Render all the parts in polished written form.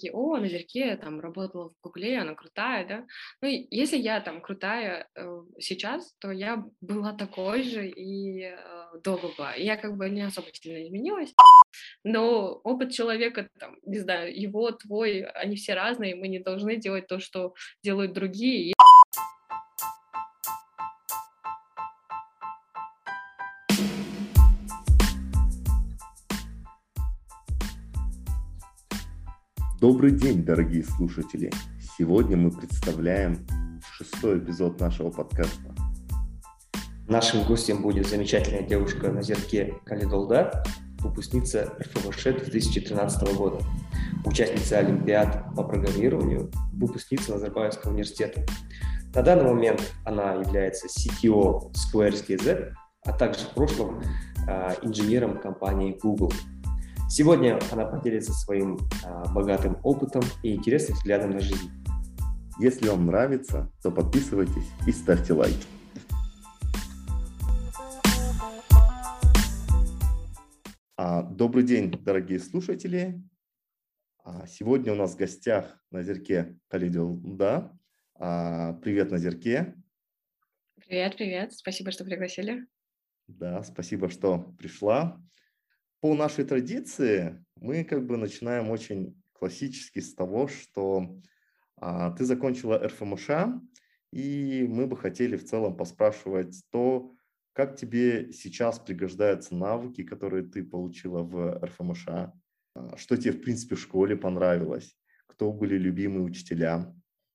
такие: "О, на Зерке там работала в Гугле, она крутая, да". Ну, и если я там крутая, сейчас, то я была такой же и, до Гугла. И я как бы не особо сильно изменилась, но опыт человека, там, не знаю, его, твой, они все разные, мы не должны делать то, что делают другие. Добрый день, дорогие слушатели! Сегодня мы представляем шестой эпизод нашего подкаста. Нашим гостем будет замечательная девушка Назерке Калидолдар, выпускница РФМШ 2013 года, участница Олимпиад по программированию, выпускница Назарбаевского университета. На данный момент она является CTO Squarespace, а также в прошлом инженером компании Google. Сегодня она поделится своим богатым опытом и интересным взглядом на жизнь. Если вам нравится, то подписывайтесь и ставьте лайки. Добрый день, дорогие слушатели! Сегодня у нас в гостях Назерке Калидолдар. Привет, Назерке! Привет, привет, спасибо, что пригласили. Да, спасибо, что пришла. По нашей традиции мы начинаем очень классически с того, что ты закончила РФМШ, и мы бы хотели в целом поспрашивать то, как тебе сейчас пригождаются навыки, которые ты получила в РФМШ, что тебе, в принципе, в школе понравилось, кто были любимые учителя.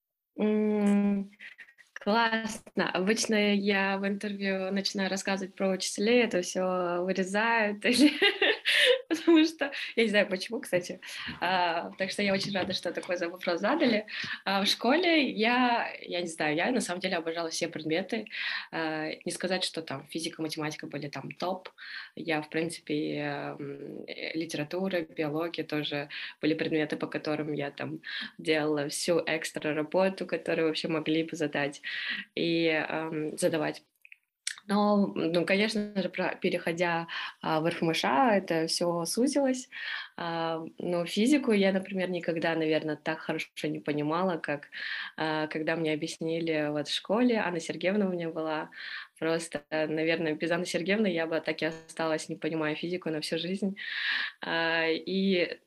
Классно. Обычно я в интервью начинаю рассказывать про учителей, это все вырезают, потому что я не знаю почему, кстати. Так что я очень рада, что такой вопрос задали. В школе я не знаю, я на самом деле обожала все предметы. Не сказать, что там физика, математика были там топ. Я, в принципе, литература, биология тоже были предметы, по которым я там делала всю экстра работу, которую вообще могли бы задать и задавать. Но, ну, конечно же, переходя в РФМШ, это все сузилось. Но физику я, например, никогда, наверное, так хорошо не понимала, как когда мне объяснили вот в школе. Анна Сергеевна у меня была. Просто, наверное, без Анны Сергеевны я бы так и осталась, не понимая физику на всю жизнь. А, И,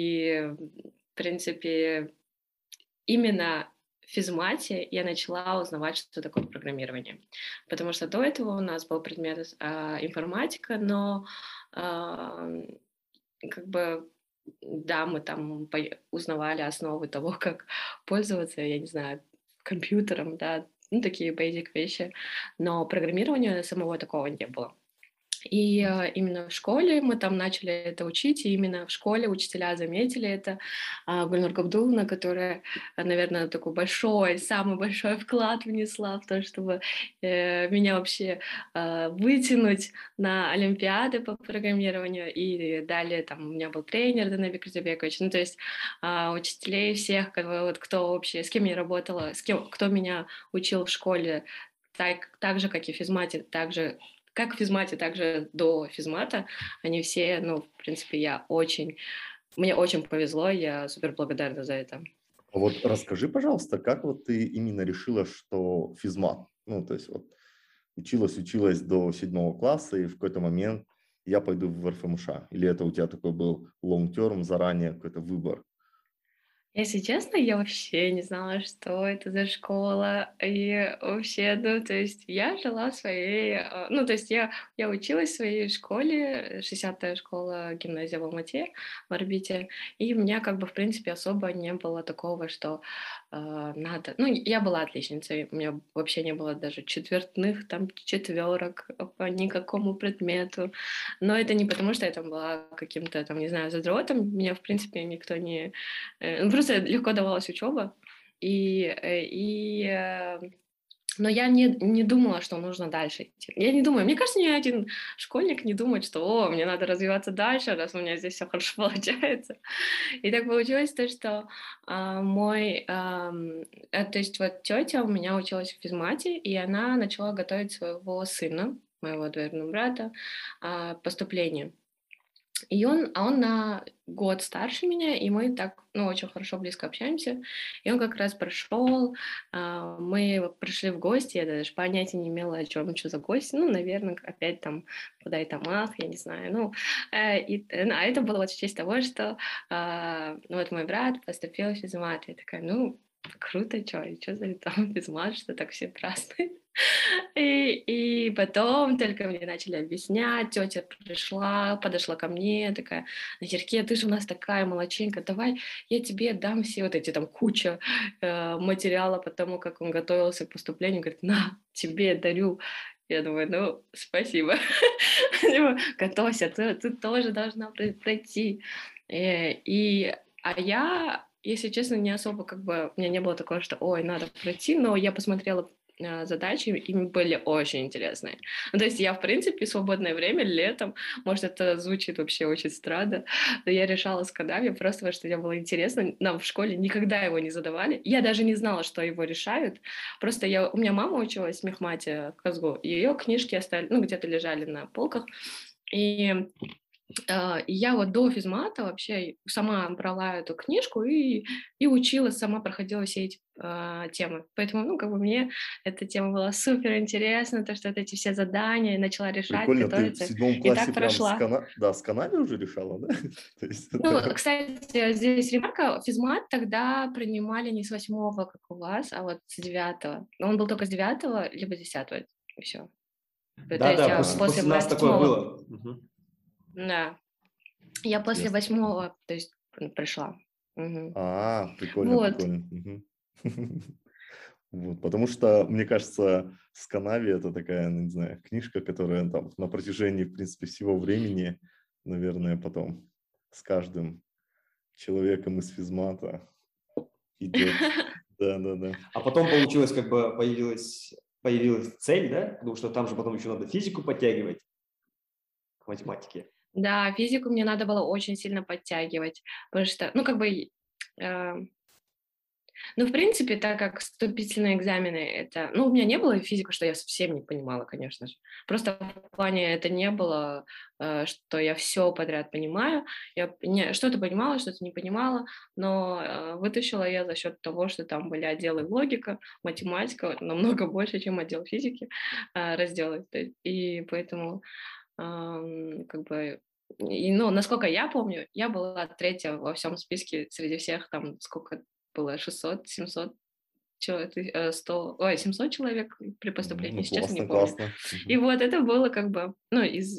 в принципе, именно в физмате я начала узнавать, что такое программирование. Потому что до этого у нас был предмет информатика, но а, как бы да, мы там узнавали основы того, как пользоваться, я не знаю, компьютером, да, ну, такие basic вещи, но программирования самого такого не было. И именно в школе мы там начали это учить, и именно в школе учителя заметили это. Гульнур Габдулловна, которая, наверное, такой большой, самый большой вклад внесла в то, чтобы меня вообще вытянуть на олимпиады по программированию. И далее там у меня был тренер Данабек Курзабекович. Ну, то есть учителей всех, вот, кто вообще, с кем я работала, кто меня учил в школе, так же, как и в физмате, как в физмате, так же до физмата, они все, ну, в принципе, мне очень повезло, я супер благодарна за это. Вот расскажи, пожалуйста, как вот ты именно решила, что физмат? Ну, то есть вот училась до 7 класса, и в какой-то момент я пойду в РФМШ. Или это у тебя такой был long-term, заранее какой-то выбор? Если честно, я вообще не знала, что это за школа. И вообще, ну, то есть я жила в своей... Ну, то есть я училась в своей школе, 60-я школа, гимназия в Алмате, в орбите. И у меня как бы, в принципе, особо не было такого, что надо... Ну, я была отличницей, у меня вообще не было даже четвертных, там, четверок по никакому предмету. Но это не потому, что я там была каким-то, там, не знаю, задротом. Меня, в принципе, никто не ну, просто легко давалась учеба, но я не думала, что нужно дальше идти. Я не думаю, мне кажется, ни один школьник не думает, что, о, мне надо развиваться дальше, раз у меня здесь все хорошо получается. И так получилось то, что то есть вот тетя у меня училась в физмате, и она начала готовить своего сына, моего двоюродного брата, поступлению. он на год старше меня, и мы так, ну, очень хорошо, близко общаемся. И он как раз пришел, мы пришли в гости, я даже понятия не имела, о чем, что за гости. Ну, наверное, опять там подай томат, я не знаю. Ну, а это было вот в честь того, что ну, вот мой брат поступил в физмат. Я такая, ну, круто, что за там физмат, что так все празднуют. И потом только мне начали объяснять, тетя пришла, подошла ко мне, такая, Назерке, ты же у нас такая молодчинка, давай я тебе дам все вот эти там куча материала по тому, как он готовился к поступлению, говорит, на, тебе дарю. Я думаю, ну, спасибо. Готовься, ты тоже должна пройти. А я, если честно, не особо как бы, у меня не было такого, что, ой, надо пройти, но я посмотрела задачи, им были очень интересные. Ну, то есть я, в принципе, свободное время летом, может, это звучит вообще очень странно, но я решала с кодами просто потому, что мне было интересно. Нам в школе никогда его не задавали. Я даже не знала, что его решают. Просто у меня мама училась в мехмате в Казгу, ее книжки остались, ну, где-то лежали на полках, и я вот до физмата вообще сама брала эту книжку и училась, сама проходила все эти темы. Поэтому, ну, как бы мне эта тема была супер интересна, то, что вот эти все задания, начала решать, Прикольно, ты в готовиться, 7 и классе так прям прошла. с Канами уже решала, да? То есть Ну, это... кстати, здесь ремарка, физмат тогда принимали не с 8-го, как у вас, а вот с 9-го. Он был только с 9-го, либо с 10-го, и все. То есть Да-да, я после после нас такое 8-го, было. Мгм. да, я после Интересно. 8-го, то есть пришла. Мгм. Прикольно, Вот. прикольно. Мгм. Вот, потому что, мне кажется, Сканави это такая, ну, не знаю, книжка, которая там на протяжении, в принципе, всего времени, наверное, потом с каждым человеком из физмата идет. Да. А потом получилось, как бы появилась цель, да? Потому что там же потом еще надо физику подтягивать к математике. Да, физику мне надо было очень сильно подтягивать, потому что, ну, как бы, э, ну, в принципе, так как вступительные экзамены, это, ну, у меня не было физика, что я совсем не понимала, конечно же. Просто в плане это не было, что я все подряд понимаю. Что-то понимала, что-то не понимала, но вытащила я за счет того, что там были отделы логика, математика, намного больше, чем отдел физики, разделы. И поэтому как бы, ну, насколько я помню, я была третья во всем списке среди всех, там, сколько было, 600-700 человек, 700 человек при поступлении, Ну, если честно, не классно, помню. классно. И вот это было как бы, ну,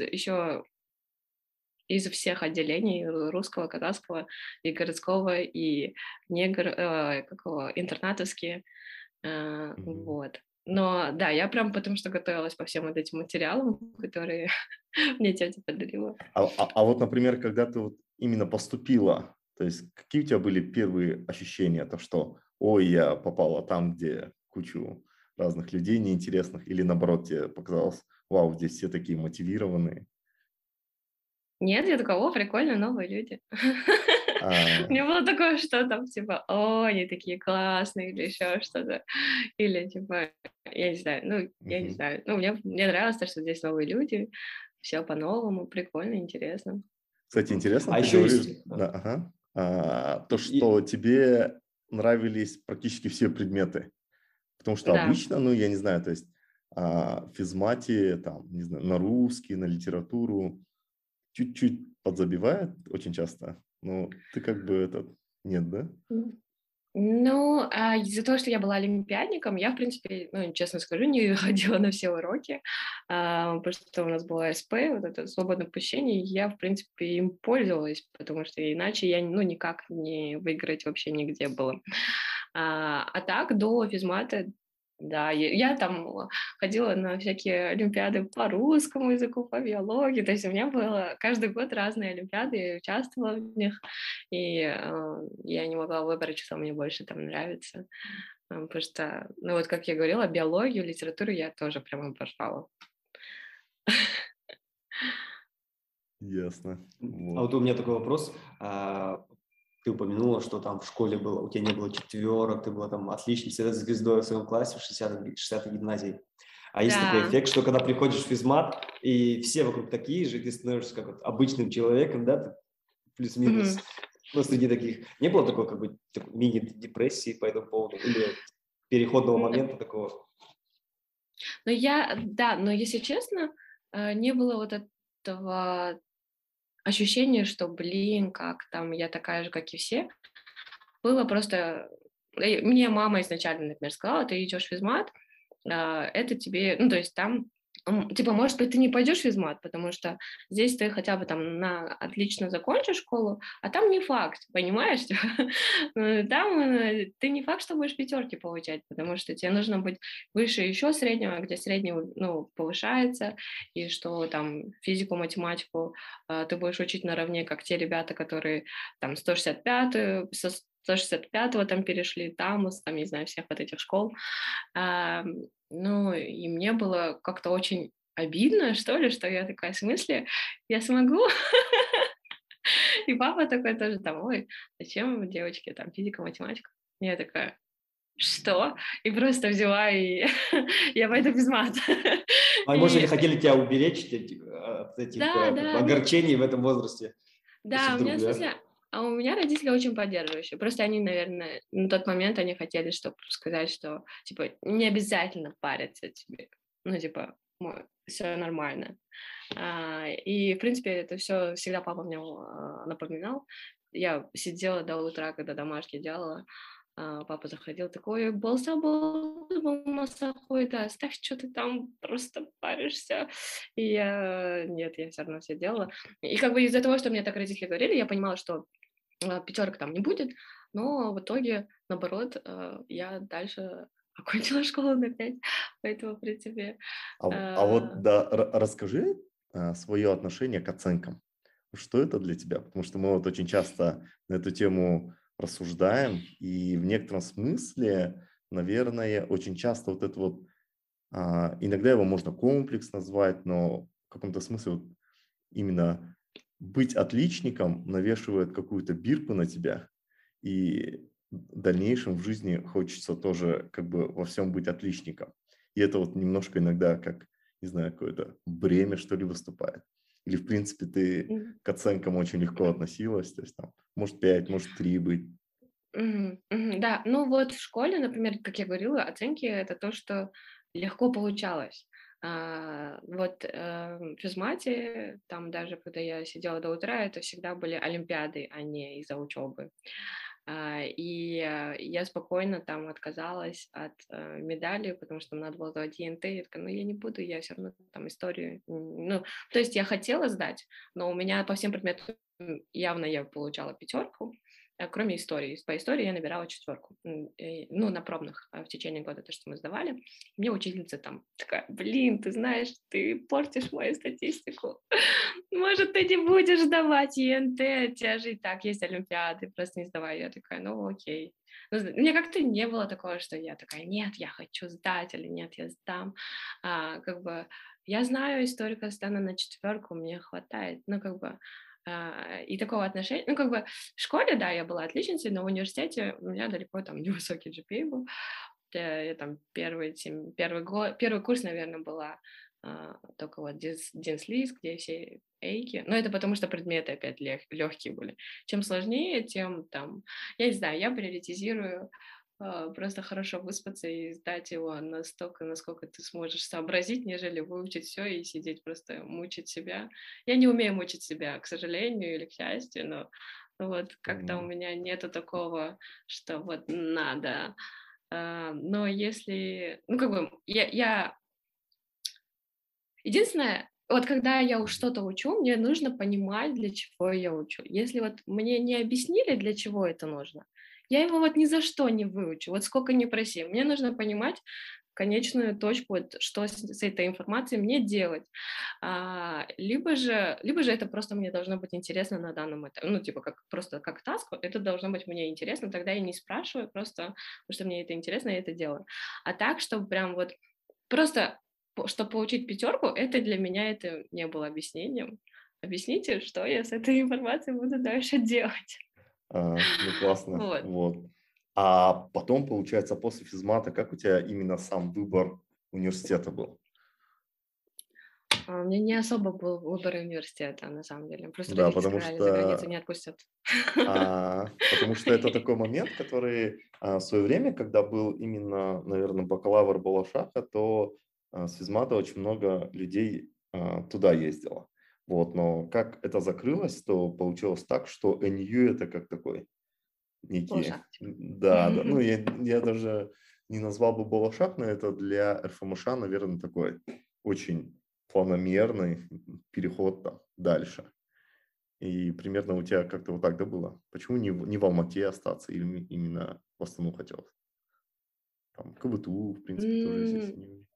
из всех отделений русского, казахского и городского, и интернатовские, Мгм. вот. Но да, я прям потому что готовилась по всем вот этим материалам, которые мне тетя подарила. А вот, например, когда ты вот именно поступила, то есть какие у тебя были первые ощущения, то что, ой, я попала там, где кучу разных людей неинтересных, или наоборот, тебе показалось, вау, здесь все такие мотивированные. Нет, я такая, о, прикольно, новые люди. А, У меня было такое, что там, типа, о, они такие классные, или еще что-то. Или, типа, я не знаю, ну, я не мгм. знаю. Ну, мне нравилось то, что здесь новые люди, все по-новому, прикольно, интересно. Кстати, интересно, А ты еще говоришь, есть... да, ага, то, что и- тебе нравились практически все предметы. Потому что Да. обычно, ну, я не знаю, то есть в физмате, там, не знаю, на русский, на литературу чуть-чуть подзабивает очень часто, но ты как бы этот, нет, да? Ну, из-за того, что я была олимпиадником, я, в принципе, ну, честно скажу, не ходила на все уроки, потому что у нас была СП, вот это свободное посещение, и я, в принципе, им пользовалась, потому что иначе я, ну, никак не выиграть вообще нигде было. А так, до физмата, да, я там ходила на всякие олимпиады по русскому языку, по биологии, то есть у меня было каждый год разные олимпиады, я участвовала в них, и я не могла выбрать, что мне больше там нравится. Потому что, ну вот как я говорила, биологию, литературу я тоже прям обожала. Ясно. А Вот. вот у меня такой вопрос. Ты упомянула, что там в школе было, у тебя не было четверок, ты была там отличницей, звездой в своем классе в 60-й гимназии. А есть такой Да. эффект, что когда приходишь в физмат, и все вокруг такие же, и ты становишься как вот обычным человеком, да, ты плюс-минус, Мгм. ну, среди таких. Не было такой как бы такой мини-депрессии по этому поводу или переходного Н- момента такого? но если честно, не было вот этого ощущения, что, блин, как там, я такая же, как и все. Было просто... Мне мама изначально, например, сказала, ты идешь в физмат, это тебе, ну, то есть там, типа, может быть, ты не пойдешь в физмат, потому что здесь ты хотя бы там отлично закончишь школу, а там не факт, понимаешь? Там ты не факт, что будешь пятерки получать, потому что тебе нужно быть выше еще среднего, где средний, ну, повышается, и что там физику, математику ты будешь учить наравне, как те ребята, которые там 165 со 165-го там перешли, там, не знаю, всех вот этих школ. Ну, и мне было как-то очень обидно, что ли, что я такая, в смысле, я смогу? И папа такой тоже там, ой, зачем девочке там физика, математика? И я такая, что? И просто взяла, и я пойду без мата. А может, они И хотели тебя уберечь от этих да, как бы да, ну, огорчений в этом возрасте, если да, у меня, вдруг, в да? смысле, у меня родители очень поддерживающие. Просто они, наверное, на тот момент они хотели, чтобы сказать, что, типа, не обязательно париться тебе. Ну, типа, все нормально. И, в принципе, это все всегда папа мне напоминал. Я сидела до утра, когда домашки делала. Папа заходил такой, болса, болса, да, оставь, что ты там просто паришься. И нет, я все равно все делала. И как бы из-за того, что мне так родители говорили, я понимала, что пятерок там не будет, но в итоге, наоборот, я дальше окончила школу на 5, поэтому, в принципе, А вот э, да, расскажи свое отношение к оценкам. Что это для тебя? Потому что мы вот очень часто на эту тему рассуждаем, и в некотором смысле, наверное, очень часто вот это вот, иногда его можно комплекс назвать, но в каком-то смысле вот именно быть отличником навешивает какую-то бирку на тебя, и в дальнейшем в жизни хочется тоже как бы во всем быть отличником. И это вот немножко иногда как, не знаю, какое-то бремя, что ли, выступает. Или, в принципе, ты м, к оценкам очень легко относилась, то есть там, может, 5, может, 3 быть. да, ну вот в школе, например, как я говорила, оценки это то, что легко получалось. Вот в физмате, там даже когда я сидела до утра, это всегда были олимпиады, а не из-за учебы. Я спокойно там отказалась от медали, потому что надо было сдавать ЕНТ. Я такая, ну я не буду, я все равно там историю. Ну, то есть я хотела сдать, но у меня по всем предметам явно я получала пятерку, кроме истории. По истории я набирала четверку. Ну, на пробных в течение года, то, что мы сдавали. Мне учительница там такая, блин, ты знаешь, ты портишь мою статистику. Может, ты не будешь сдавать ЕНТ, у тебя же и так есть олимпиады, просто не сдавай. Я такая, ну окей. Ну, у меня как-то не было такого, что я такая, нет, я хочу сдать, или нет, я сдам. Как бы я знаю историю Казахстана на четверку, мне хватает. Ну, как бы и такого отношения, ну, как бы в школе, да, я была отличницей, но в университете у меня далеко там невысокий GPA был. Я там первый курс, наверное, была только вот Динслиз, где все эйки. Но это потому, что предметы опять легкие были. Чем сложнее, тем там, я не знаю, я приоритизирую просто хорошо выспаться и сдать его настолько, насколько ты сможешь сообразить, нежели выучить все и сидеть просто мучить себя. Я не умею мучить себя, к сожалению или к счастью, но вот как-то у Мгм. меня нету такого, что вот надо. Но если, ну как бы, единственное, вот когда я что-то учу, мне нужно понимать, для чего я учу. Если вот мне не объяснили, для чего это нужно, я его вот ни за что не выучу, вот сколько ни проси. Мне нужно понимать конечную точку, вот, что с этой информацией мне делать. Либо же это просто мне должно быть интересно на данном этапе. Ну, типа, просто как таск, это должно быть мне интересно, тогда я не спрашиваю, просто потому что мне это интересно, я это делаю. А так, чтобы прям вот просто чтобы получить пятерку, это для меня это не было объяснением. Объясните, что я с этой информацией буду дальше делать. Ну, классно, Вот. вот. А потом, получается, после физмата, как у тебя именно сам выбор университета был? У меня не особо был выбор университета, на самом деле. Просто Да, родители потому сказали, за границу что, не отпустят. потому что это такой момент, который в свое время, когда был именно, наверное, бакалавр Балашаха, то с физмата очень много людей туда ездило. Вот, но как это закрылось, то получилось так, что НЮ это как такой некий, Полушаг, типа. да, да, ну я даже не назвал бы Балашах, но это для РФМШ, наверное, такой очень планомерный переход там дальше. И примерно у тебя как-то вот так, да, было? Почему не в Алмате остаться или именно в Астану хотелось? Там КБТУ, в принципе, тоже здесь. М,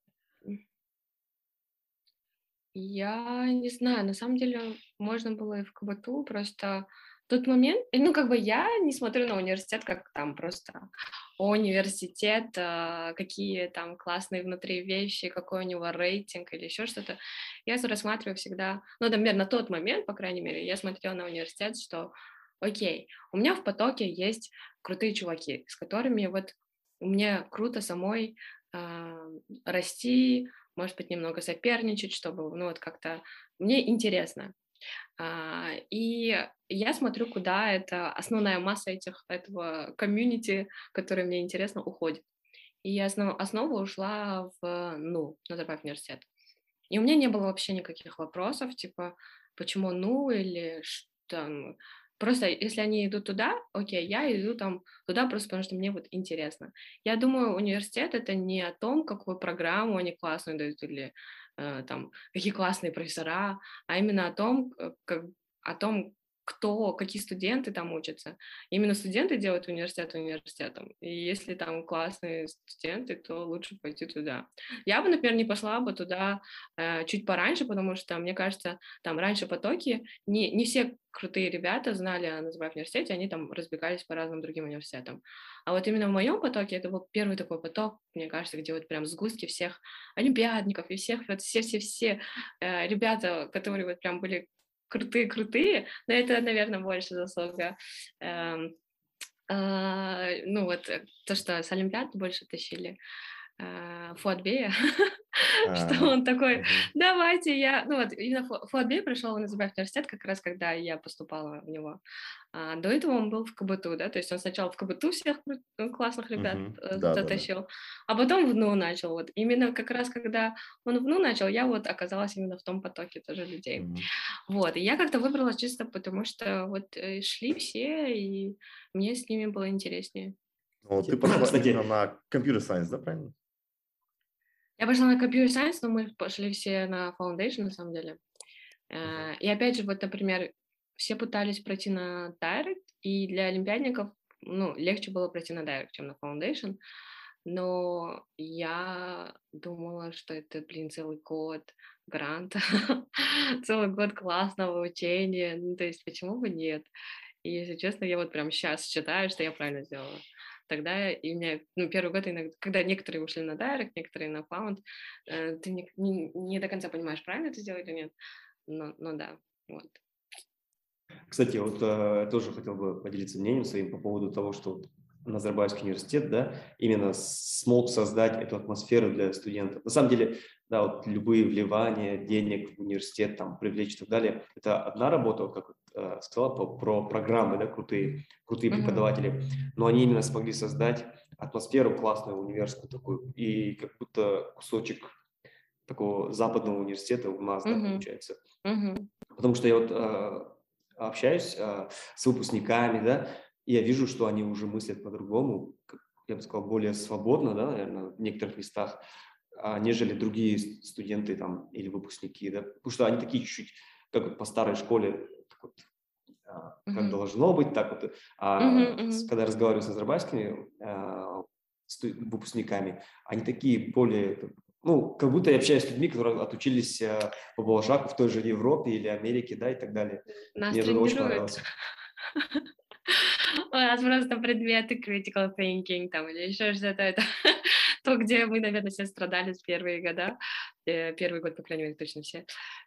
Я не знаю, на самом деле можно было и в КБТУ, просто в тот момент, ну, как бы я не смотрю на университет как там просто университет, какие там классные внутри вещи, какой у него рейтинг или еще что-то. Я рассматриваю всегда, ну, например, на тот момент, по крайней мере, я смотрела на университет, что, окей, у меня в потоке есть крутые чуваки, с которыми вот мне круто самой а, расти, может быть, немного соперничать, чтобы, ну, вот как-то мне интересно. И я смотрю, куда это основная масса этого комьюнити, которое мне интересно, уходит. И я основа ушла в Назарбаев университет. И у меня не было вообще никаких вопросов, типа, почему или что. Просто если они идут туда, окей, я иду там туда просто потому, что мне вот интересно. Я думаю, университет — это не о том, какую программу они классную дают или там какие классные профессора, а именно о том, какие студенты там учатся. Именно студенты делают университет университетом. И если там классные студенты, то лучше пойти туда. Я бы, например, не пошла бы туда чуть пораньше, потому что, мне кажется, там раньше потоки, не все крутые ребята знали о Назарбаев университете, они там разбегались по разным другим университетам. А вот именно в моем потоке это был первый такой поток, мне кажется, где вот прям сгустки всех олимпиадников и всех, вот все ребята, которые вот прям были крутые-крутые, но это, наверное, больше заслуга то, что с Олимпиад больше тащили Фуатбея, что он такой, Мгм. давайте ну вот именно Фуатбей пришел в Назарбаев университет как раз, когда я поступала в него. До этого он был в КБТУ, да, то есть он сначала в КБТУ всех классных ребят Да, да, да. затащил, а потом в НУ начал. Вот именно как раз, когда он в НУ начал, я вот оказалась именно в том потоке тоже людей. Мгм. Вот, и я как-то выбрала чисто потому, что вот шли все, и мне с ними было интереснее. Но ты пошла именно Кстати, на computer science, да, правильно? Я пошла на computer science, но мы пошли все на foundation, на самом деле. Мгм. И опять же, вот, например, все пытались пройти на direct, и для олимпиадников, ну, легче было пройти на direct, чем на foundation, но я думала, что это, целый год гранта, целый год классного учения, ну, то есть почему бы нет? И, если честно, я вот прям сейчас считаю, что я правильно сделала. Тогда и у меня, первый год, иногда, когда некоторые ушли на дайрект, некоторые на фаунд, ты не до конца понимаешь, правильно это сделать или нет, но да, вот. Кстати, вот тоже хотел бы поделиться мнением своим по поводу того, что вот Назарбаевский университет, да, именно смог создать эту атмосферу для студентов. На самом деле, да, вот любые вливания денег в университет, там, привлечь и так далее, это одна работа, вот как вот, сказала, про программы, да, крутые Мгм. преподаватели, но они именно смогли создать атмосферу классную, университетскую такую, и как будто кусочек такого западного университета у нас, да, Мгм. получается. Мгм. Потому что я вот общаюсь с выпускниками, да, и я вижу, что они уже мыслят по-другому, я бы сказал, более свободно, да, наверное, в некоторых местах, нежели другие студенты там или выпускники, да, потому что они такие чуть-чуть, как вот по старой школе, так вот, как Мгм. должно быть, так вот. Мгм. Мгм. Когда разговариваю с азербайджанскими выпускниками, они такие более, ну, как будто я общаюсь с людьми, которые отучились по Балашаку в той же Европе или Америке, да, и так далее. Нас Мне это очень тренируют. понравилось. У нас просто предметы critical thinking там или еще что-то. Это то, где мы, наверное, все страдали в первые года. Первый год, по крайней мере, точно все.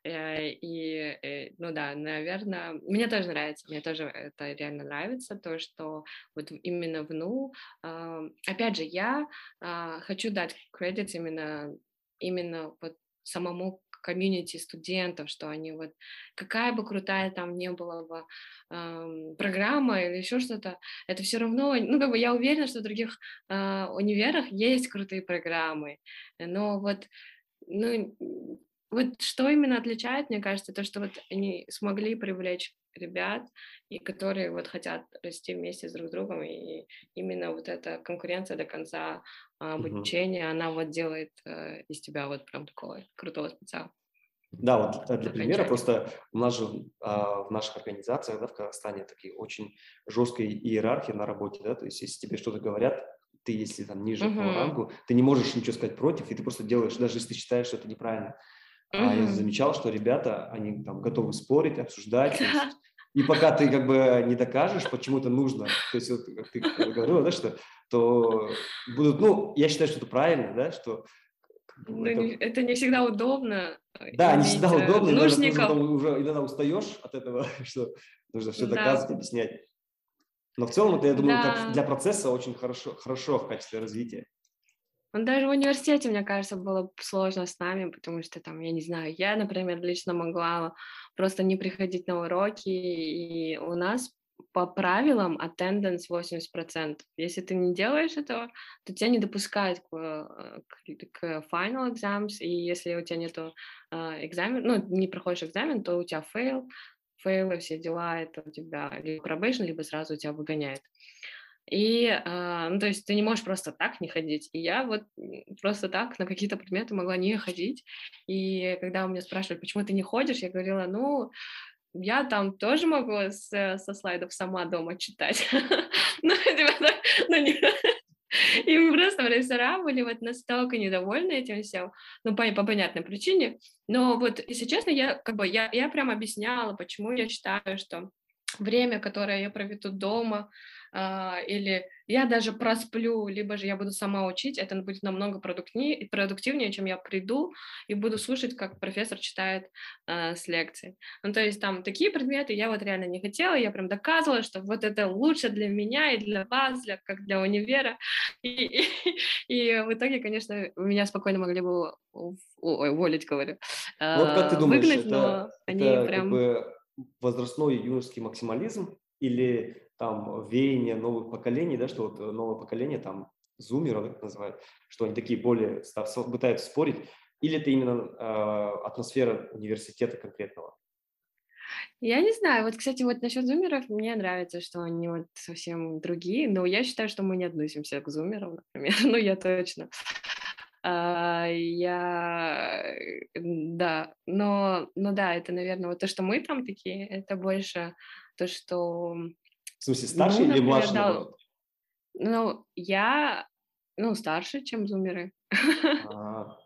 Ну да, наверное, мне тоже нравится. Мне тоже это реально нравится, то, что вот именно в НУ. Опять же, я хочу дать кредит именно вот самому комьюнити студентов, что они вот, какая бы крутая там не была бы программа или еще что-то, это все равно, ну, как бы я уверена, что в других универах есть крутые программы, но вот, ну, вот что именно отличает, мне кажется, то, что вот они смогли привлечь ребят, и которые вот хотят расти вместе с друг другом, и именно вот эта конкуренция до конца Мгм. обучения, она вот делает из тебя вот прям такого крутого спеца Да, вот по для примера, окончании. просто у нас же в наших организациях, да, в Казахстане такие очень жесткая иерархия на работе, да, то есть если тебе что-то говорят, ты, если там ниже по Мгм. рангу, ты не можешь ничего сказать против, и ты просто делаешь, даже если ты считаешь, что это неправильно. А я Мгм. замечал, что ребята, они там готовы спорить, обсуждать, то Да, есть, и пока ты как бы не докажешь, почему это нужно, то есть вот как ты говорила, да, что, то будут, ну, я считаю, что это правильно, да, что как бы это, это не всегда удобно да, не всегда иметь удобно, и даже ты уже нужников. потом уже иногда устаешь от этого, что нужно все Да, доказывать, объяснять. Но в целом это, я думаю, как да. для процесса очень хорошо в качестве развития. Ну, даже в университете, мне кажется, было сложно с нами, потому что там, я не знаю, я, например, лично могла просто не приходить на уроки, и у нас по правилам attendance 80%. Если ты не делаешь этого, то тебя не допускают к final exams, и если у тебя нету экзамен, ну, не проходишь экзамен, то у тебя фейлы, все дела, это у тебя либо probation, либо сразу тебя выгоняют. И, ну, то есть ты не можешь просто так не ходить. И я вот просто так на какие-то предметы могла не ходить. И когда у меня спрашивали, почему ты не ходишь, я говорила, ну, я там тоже могу со слайдов сама дома читать. Ну, типа так, ну, и мы просто в ресторан были вот настолько недовольны этим всем, ну, по понятной причине. Но вот, если честно, я как бы, я прям объясняла, почему я считаю, что время, которое я проведу дома, или я даже просплю, либо же я буду сама учить, это будет намного продуктивнее, чем я приду и буду слушать, как профессор читает с лекции. Ну, то есть там такие предметы я вот реально не хотела, я прям доказывала, что вот это лучше для меня и для вас, как для универа. И, и, и в итоге, конечно, меня спокойно могли бы уволить, говорю, Ну вот как ты думаешь, выгнать, но они это как прям. бы возрастной юношеский максимализм или там веяние новых поколений, да, что вот новое поколение, там, зумеров, так называют, что они такие более пытаются спорить, или это именно атмосфера университета конкретного? Я не знаю, вот, кстати, вот насчет зумеров мне нравится, что они вот совсем другие, но я считаю, что мы не относимся к зумерам, например, ну, я точно. Да, но да, это, наверное, вот то, что мы там такие, это больше то, что, В смысле, старше ну, или например, младше, да, наоборот? ну, я, ну, старше, чем зумеры. А,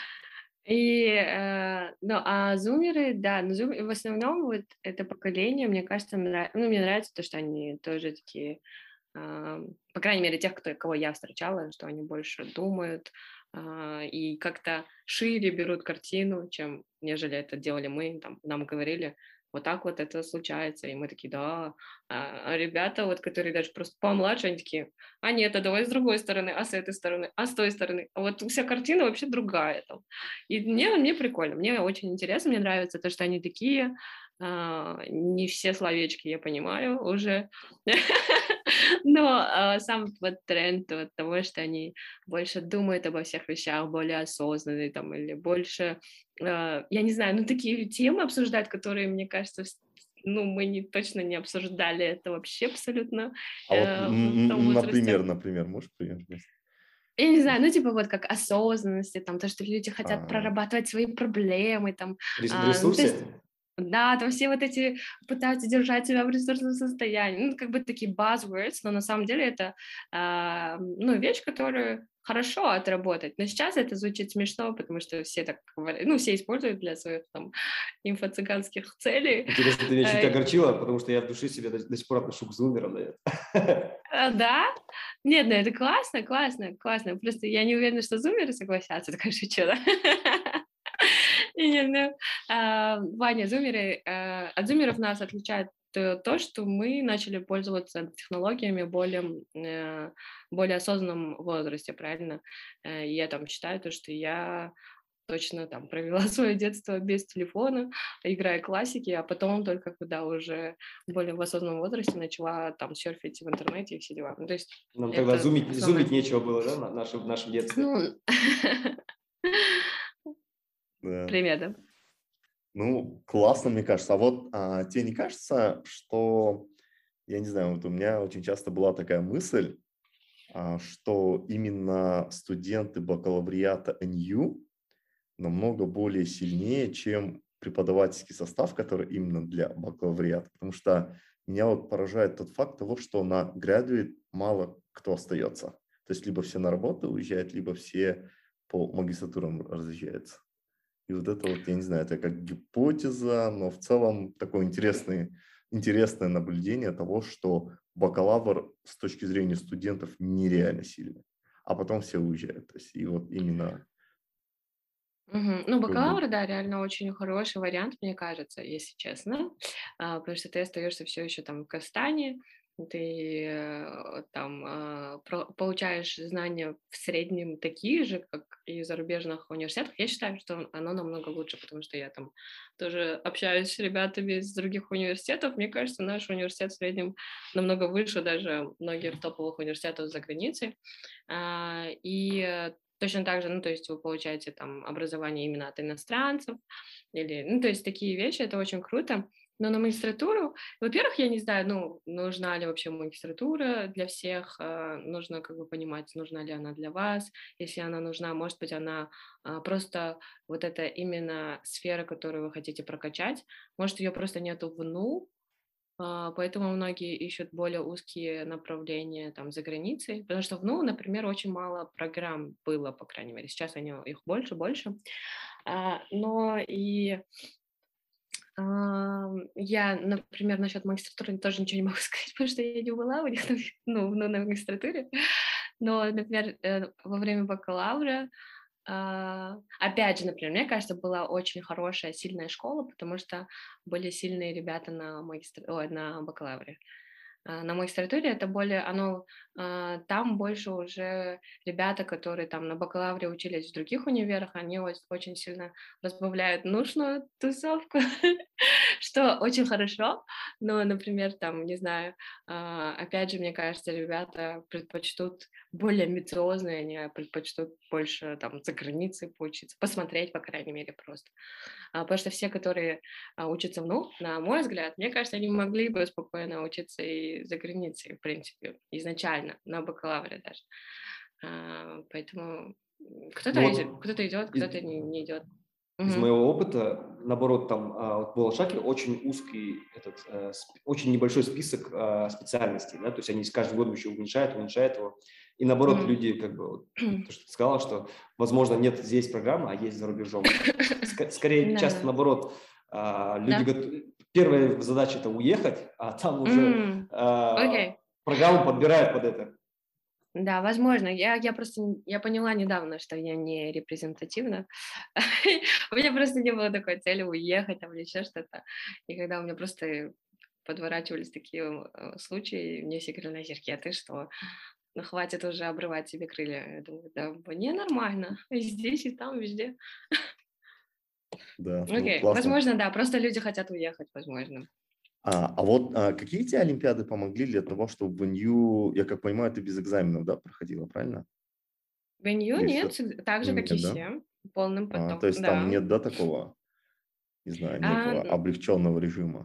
Ну, а зумеры, да, но в основном вот это поколение, мне кажется, ну, мне нравится то, что они тоже такие, по крайней мере, тех, кого я встречала, что они больше думают и как-то шире берут картину, чем нежели это делали мы, там, нам говорили, вот так вот это случается, и мы такие, да, а ребята, вот, которые даже просто помладше, они такие, а нет, а давай с другой стороны, а с этой стороны, а с той стороны, а вот вся картина вообще другая там. И мне прикольно, мне очень интересно, мне нравится то, что они такие, не все словечки я понимаю уже, но сам вот тренд вот того, что они больше думают обо всех вещах, более осознанные там, или больше, я не знаю, ну такие темы обсуждать, которые, мне кажется, ну, мы точно не обсуждали это вообще абсолютно А вот, в том возрасте. например, можешь пример привести? Я не знаю, ну, типа, вот как осознанности, там, то, что люди хотят А, прорабатывать свои проблемы, там, в ну, то ресурсе? есть, да, там все вот эти пытаются держать себя в ресурсном состоянии, ну, как бы такие buzzwords, но на самом деле это, ну, вещь, которую хорошо отработать, но сейчас это звучит смешно, потому что все так говорят, ну, все используют для своих, там, инфо-цыганских целей. Интересно, ты меня чуть Э, огорчила, потому что я в душе себя до сих пор отношу к зумерам, наверное. Да? Нет, ну, это классно, классно, классно, просто я не уверена, что зумеры согласятся, такая шучу, да? Не, ну, Ваня, зумеры, от зумеров нас отличает то, что мы начали пользоваться технологиями более осознанном возрасте, правильно? Я там считаю то, что я точно там провела свое детство без телефона, играя классики, а потом только когда уже более в осознанном возрасте начала там серфить в интернете и все дела. Ну, то есть Нам тогда это основное. зумить нечего было, да, в нашем детстве? Ну, Да. примерно. Ну, классно, мне кажется. А вот тебе не кажется, что, я не знаю, вот у меня очень часто была такая мысль, что именно студенты бакалавриата НЮ намного более сильнее, чем преподавательский состав, который именно для бакалавриата. Потому что меня вот поражает тот факт того, что на graduate мало кто остается. То есть либо все на работу уезжают, либо все по магистратурам разъезжаются. И вот это вот, я не знаю, это как гипотеза, но в целом такое интересное наблюдение того, что бакалавр с точки зрения студентов нереально сильный, а потом все уезжают. То есть и вот именно Мгм. Ну, как бы, бакалавр, да, реально очень хороший вариант, мне кажется, если честно, потому что ты остаешься все еще там в Казахстане, ты там получаешь знания в среднем такие же, как и в зарубежных университетах. Я считаю, что оно намного лучше, потому что я там тоже общаюсь с ребятами из других университетов. Мне кажется, наш университет в среднем намного выше даже многих топовых университетов за границей. И точно так же, ну, то есть вы получаете там образование именно от иностранцев, или, ну, то есть такие вещи, это очень круто. Но на магистратуру, во-первых, я не знаю, ну, нужна ли вообще магистратура для всех, нужно как бы понимать, нужна ли она для вас, если она нужна, может быть, она просто вот это именно сфера, которую вы хотите прокачать, может, ее просто нету в НУ, поэтому многие ищут более узкие направления там за границей, потому что в НУ, например, очень мало программ было, по крайней мере, сейчас их больше. Но и я, например, насчет магистратуры тоже ничего не могу сказать, потому что я не была у них на магистратуре. Но, например, во время бакалавра, опять же, например, мне кажется, была очень хорошая, сильная школа, потому что были сильные ребята на бакалавре. На магистратуре это более, там больше уже ребята, которые там на бакалавре учились в других универах, они очень сильно разбавляют нужную тусовку, что очень хорошо, но, например, там, не знаю, опять же, мне кажется, ребята предпочтут более амбициозные, они предпочтут больше там за границей поучиться, посмотреть, по крайней мере, просто. Потому что все, которые учатся в НУ, на мой взгляд, мне кажется, они могли бы спокойно учиться и за границей, в принципе, изначально, на бакалавре даже. Поэтому Ну кто-то идет, из, кто-то не идет. из моего опыта, наоборот, там вот в Балашахе очень узкий, очень небольшой список специальностей, да, то есть они с каждым годом еще уменьшают его. И наоборот, люди, как бы, вот, то, что ты сказала, что, возможно, нет здесь программы, а есть за рубежом. Скорее, часто Да, наоборот, люди да. говорят, первая задача – это уехать, а там уже Окей. программу подбирают под это. Да, возможно. Я просто я поняла недавно, что я не репрезентативна. У меня просто не было такой цели уехать там или еще что-то. И когда у меня просто подворачивались такие случаи, мне все говорили: Назирки, а ты что? Ну, хватит уже обрывать себе крылья. Я думаю, да, мне нормально. И здесь, и там, везде. да, ну Окей, классно. возможно, да, просто люди хотят уехать, возможно. А вот какие тебе олимпиады помогли для того, чтобы в НЮ, я как понимаю, ты без экзаменов, да, проходила, правильно? Веню Или нет, все? так же, как и Нет, да? все, полным То потоком, есть там да. нет, да, такого, не знаю, А, некого облегченного режима?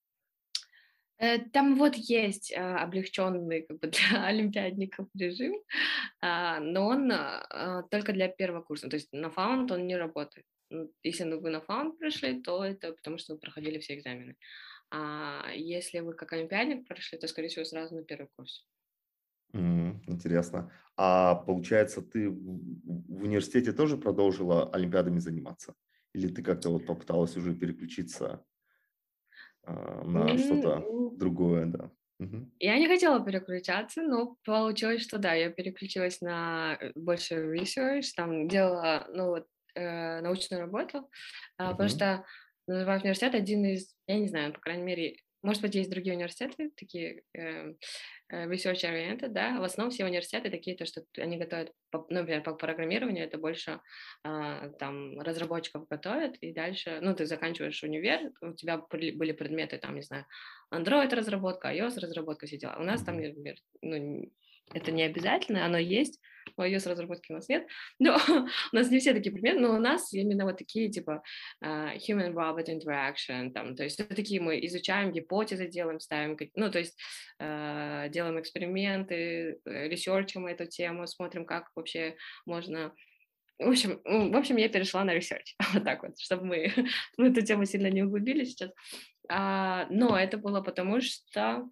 Там вот есть облегченный как бы для олимпиадников режим, но он только для первого курса. То есть на фаунд он не работает. Если вы на фаунд пришли, то это потому, что вы проходили все экзамены. А если вы как олимпиадник прошли, то, скорее всего, сразу на первый курс. Интересно. А получается, ты в университете тоже продолжила олимпиадами заниматься? Или ты как-то вот попыталась уже переключиться на что-то М, другое, да? Мгм. Я не хотела переключаться, но получилось, что да, я переключилась на больше research, там делала, ну вот, научную работу, потому Мгм. что называю университет один из, я не знаю, по крайней мере, может быть, есть другие университеты, такие research-oriented, да, в основном все университеты такие, то, что они готовят, например, по программированию, это больше там разработчиков готовят, и дальше, ну, ты заканчиваешь универ, у тебя были предметы, там, не знаю, Android-разработка, iOS-разработка, все дела. У нас там, например, ну, это не обязательно, оно есть, но iOS-разработки у нас нет, но у нас не все такие предметы, но у нас именно вот такие, типа, human-robot interaction, там, то есть это такие мы изучаем, гипотезы делаем, ставим, ну, то есть делаем эксперименты, ресерчим эту тему, смотрим, как вообще можно... В общем, я перешла на ресерч, вот так вот, чтобы мы в эту тему сильно не углубились сейчас. Но это было потому, что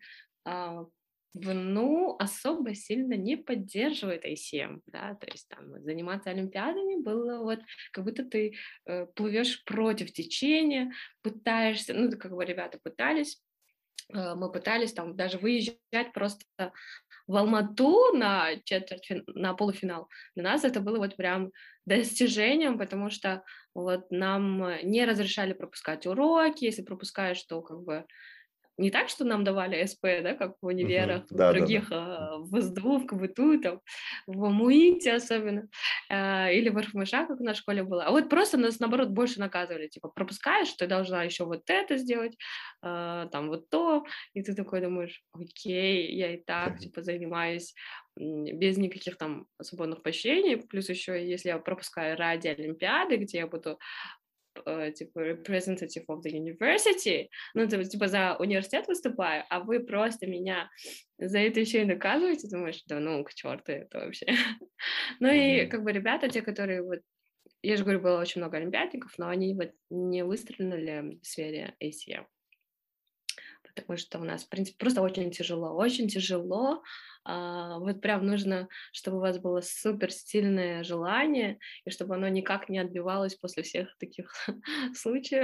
ВНУ особо сильно не поддерживает ACM, да, то есть там вот заниматься олимпиадами было вот, как будто ты плывешь против течения, пытаешься, ну, как бы ребята пытались, мы пытались там даже выезжать просто в Алмату на на полуфинал. Для нас это было вот прям достижением, потому что вот нам не разрешали пропускать уроки, если пропускаешь, то как бы не так, что нам давали СП, да, как в универах, в Да, да, других, да. в СДУ, в КБТУ, там, в МУИТе особенно, или в РФМШ, как в нашей школе было. А вот просто нас, наоборот, больше наказывали, типа, пропускаешь, ты должна еще вот это сделать, там, вот то, и ты такой думаешь, окей, я и так, типа, занимаюсь без никаких там свободных поощрений, плюс еще, если я пропускаю ради Олимпиады, где я буду типа representative of the university, ну, типа за университет выступаю, а вы просто меня за это еще и наказываете, думаешь, да ну, к черту это вообще. Ну и как бы ребята, те, которые вот, я же говорю, было очень много олимпиадников, но они вот не выстрелили в сфере ACM, потому что у нас, в принципе, просто очень тяжело, очень тяжело. Вот прям нужно, чтобы у вас было супер сильное желание, и чтобы оно никак не отбивалось после всех таких случаев.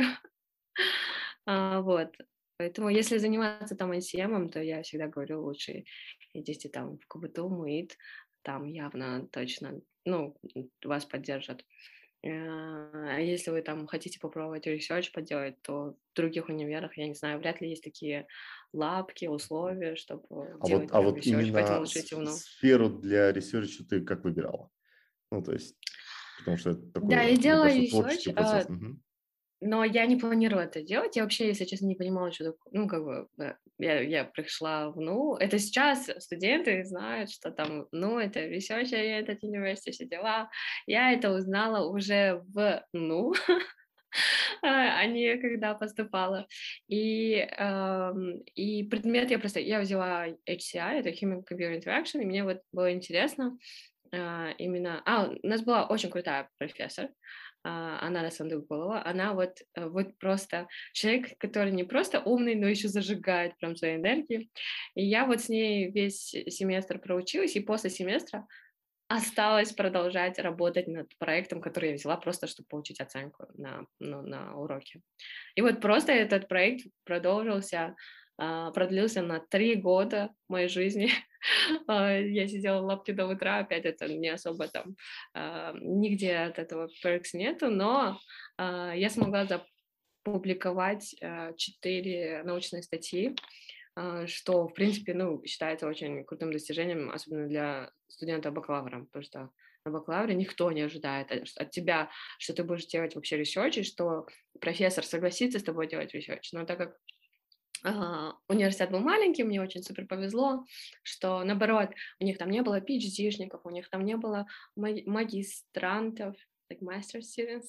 Вот. Поэтому если заниматься там ICM, то я всегда говорю, лучше идите там в КБТУ, МУИТ, там явно точно, ну, вас поддержат. А если вы там хотите попробовать research поделать, то в других универах, я не знаю, вряд ли есть такие лапки, условия, чтобы делать А прям вот research, поэтому именно лучше идти в НУ. сферу для ресерча ты как выбирала? Ну, то есть, потому что это Да, такой, я мне делала кажется, research, творческий процесс. но я не планировала это делать. Я вообще, если честно, не понимала, что такое. Ну, как бы, я пришла в НУ. Это сейчас студенты знают, что там, ну, это research oriented university, все дела. Я это узнала уже в НУ, а не когда поступала. И предмет я взяла HCI, это Human Computer Interaction, и мне вот было интересно именно... у нас была очень крутая профессор, Анна Сандыкулова, она вот просто человек, который не просто умный, но еще зажигает прям своей энергией. И я вот с ней весь семестр проучилась, и после семестра осталось продолжать работать над проектом, который я взяла просто, чтобы получить оценку на уроке. И вот просто этот проект продлился на 3 года моей жизни. Я сидела в лапке до утра, опять это не особо там, нигде от этого perks нету, но я смогла запубликовать 4 научные статьи, что, в принципе, ну, считается очень крутым достижением, особенно для студента бакалавра, потому что на бакалавре никто не ожидает от тебя, что ты будешь делать вообще research, и что профессор согласится с тобой делать research. Но так как университет был маленький, мне очень супер повезло, что, наоборот, у них там не было PhD-шников, у них там не было магистрантов, like master students.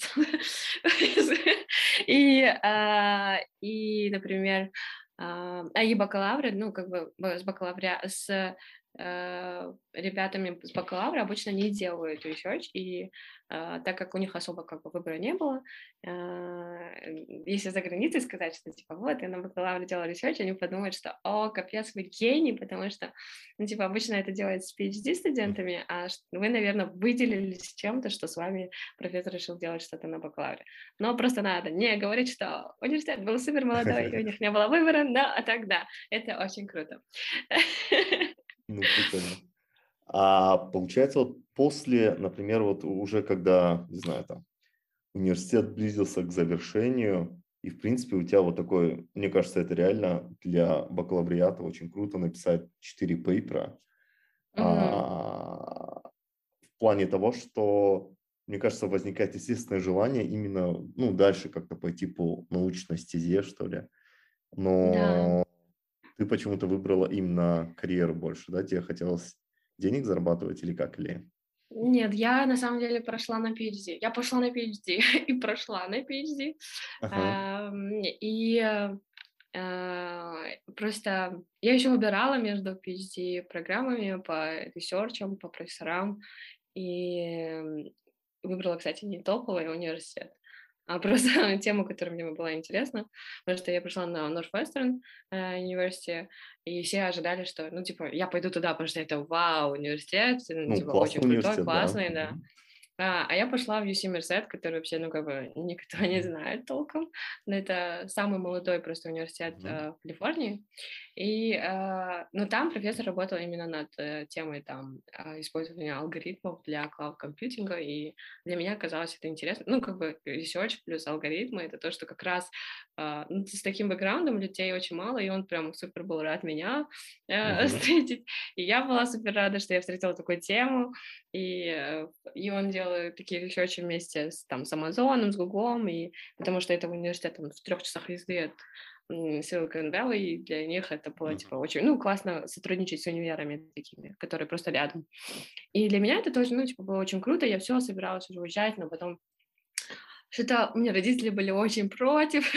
И, например, и бакалавры, ну, как бы с ребятами с бакалавра обычно не делают research, и так как у них особо как бы выбора не было, если за границей сказать, что типа вот, я на бакалавре делала research, они подумают, что о, капец, вы гений, потому что, ну, типа, обычно это делают с PhD-студентами, а вы, наверное, выделились чем-то, что с вами профессор решил делать что-то на бакалавре. Но просто надо не говорить, что университет был супер молодой, и у них не было выбора, а так да, это очень круто. Ну, прикольно. А получается, вот после, например, вот уже когда, не знаю, там, университет близился к завершению, И, в принципе, у тебя вот такой, мне кажется, это реально для бакалавриата очень круто написать 4 пейпера. Мгм. В плане того, что, мне кажется, возникает естественное желание именно, ну, дальше как-то пойти по научной стезе, что ли. Да. Но ты почему-то выбрала именно карьеру больше, да? Тебе хотелось денег зарабатывать или как? Или... Нет, я на самом деле прошла на PhD. Я пошла на PhD и прошла на PhD. Ага. И просто я еще выбирала между PhD-программами по ресерчам, по профессорам. И выбрала, кстати, не топовый университет, а просто тему, которая мне была интересна, потому что я пришла на Northwestern University, и все ожидали, что, ну, типа, я пойду туда, потому что это вау, университет, ну, Ну, типа, очень классный крутой, университет, да. классный, да. А я пошла в UC Merced, который вообще, ну, как бы никто не знает толком, но это самый молодой просто университет Мгм. в Калифорнии. И, ну, там профессор работал именно над темой там использования алгоритмов для клауд-компьютинга, и для меня казалось это интересно. Ну, как бы research плюс алгоритмы — это то, что как раз ну, с таким бэкграундом людей очень мало, и он прям супер был рад меня Мгм. встретить. И я была супер рада, что я встретила такую тему, и он делал такие ресерчи вместе с, там, с Амазоном, с Гуглом, и потому что это университет там, в 3 часах езды от Silicon Valley, и для них это было, Мгм. типа, очень, ну, классно сотрудничать с универами такими, которые просто рядом. И для меня это тоже, ну, типа, было очень круто, я все собиралась уже уезжать, но потом что-то у меня родители были очень против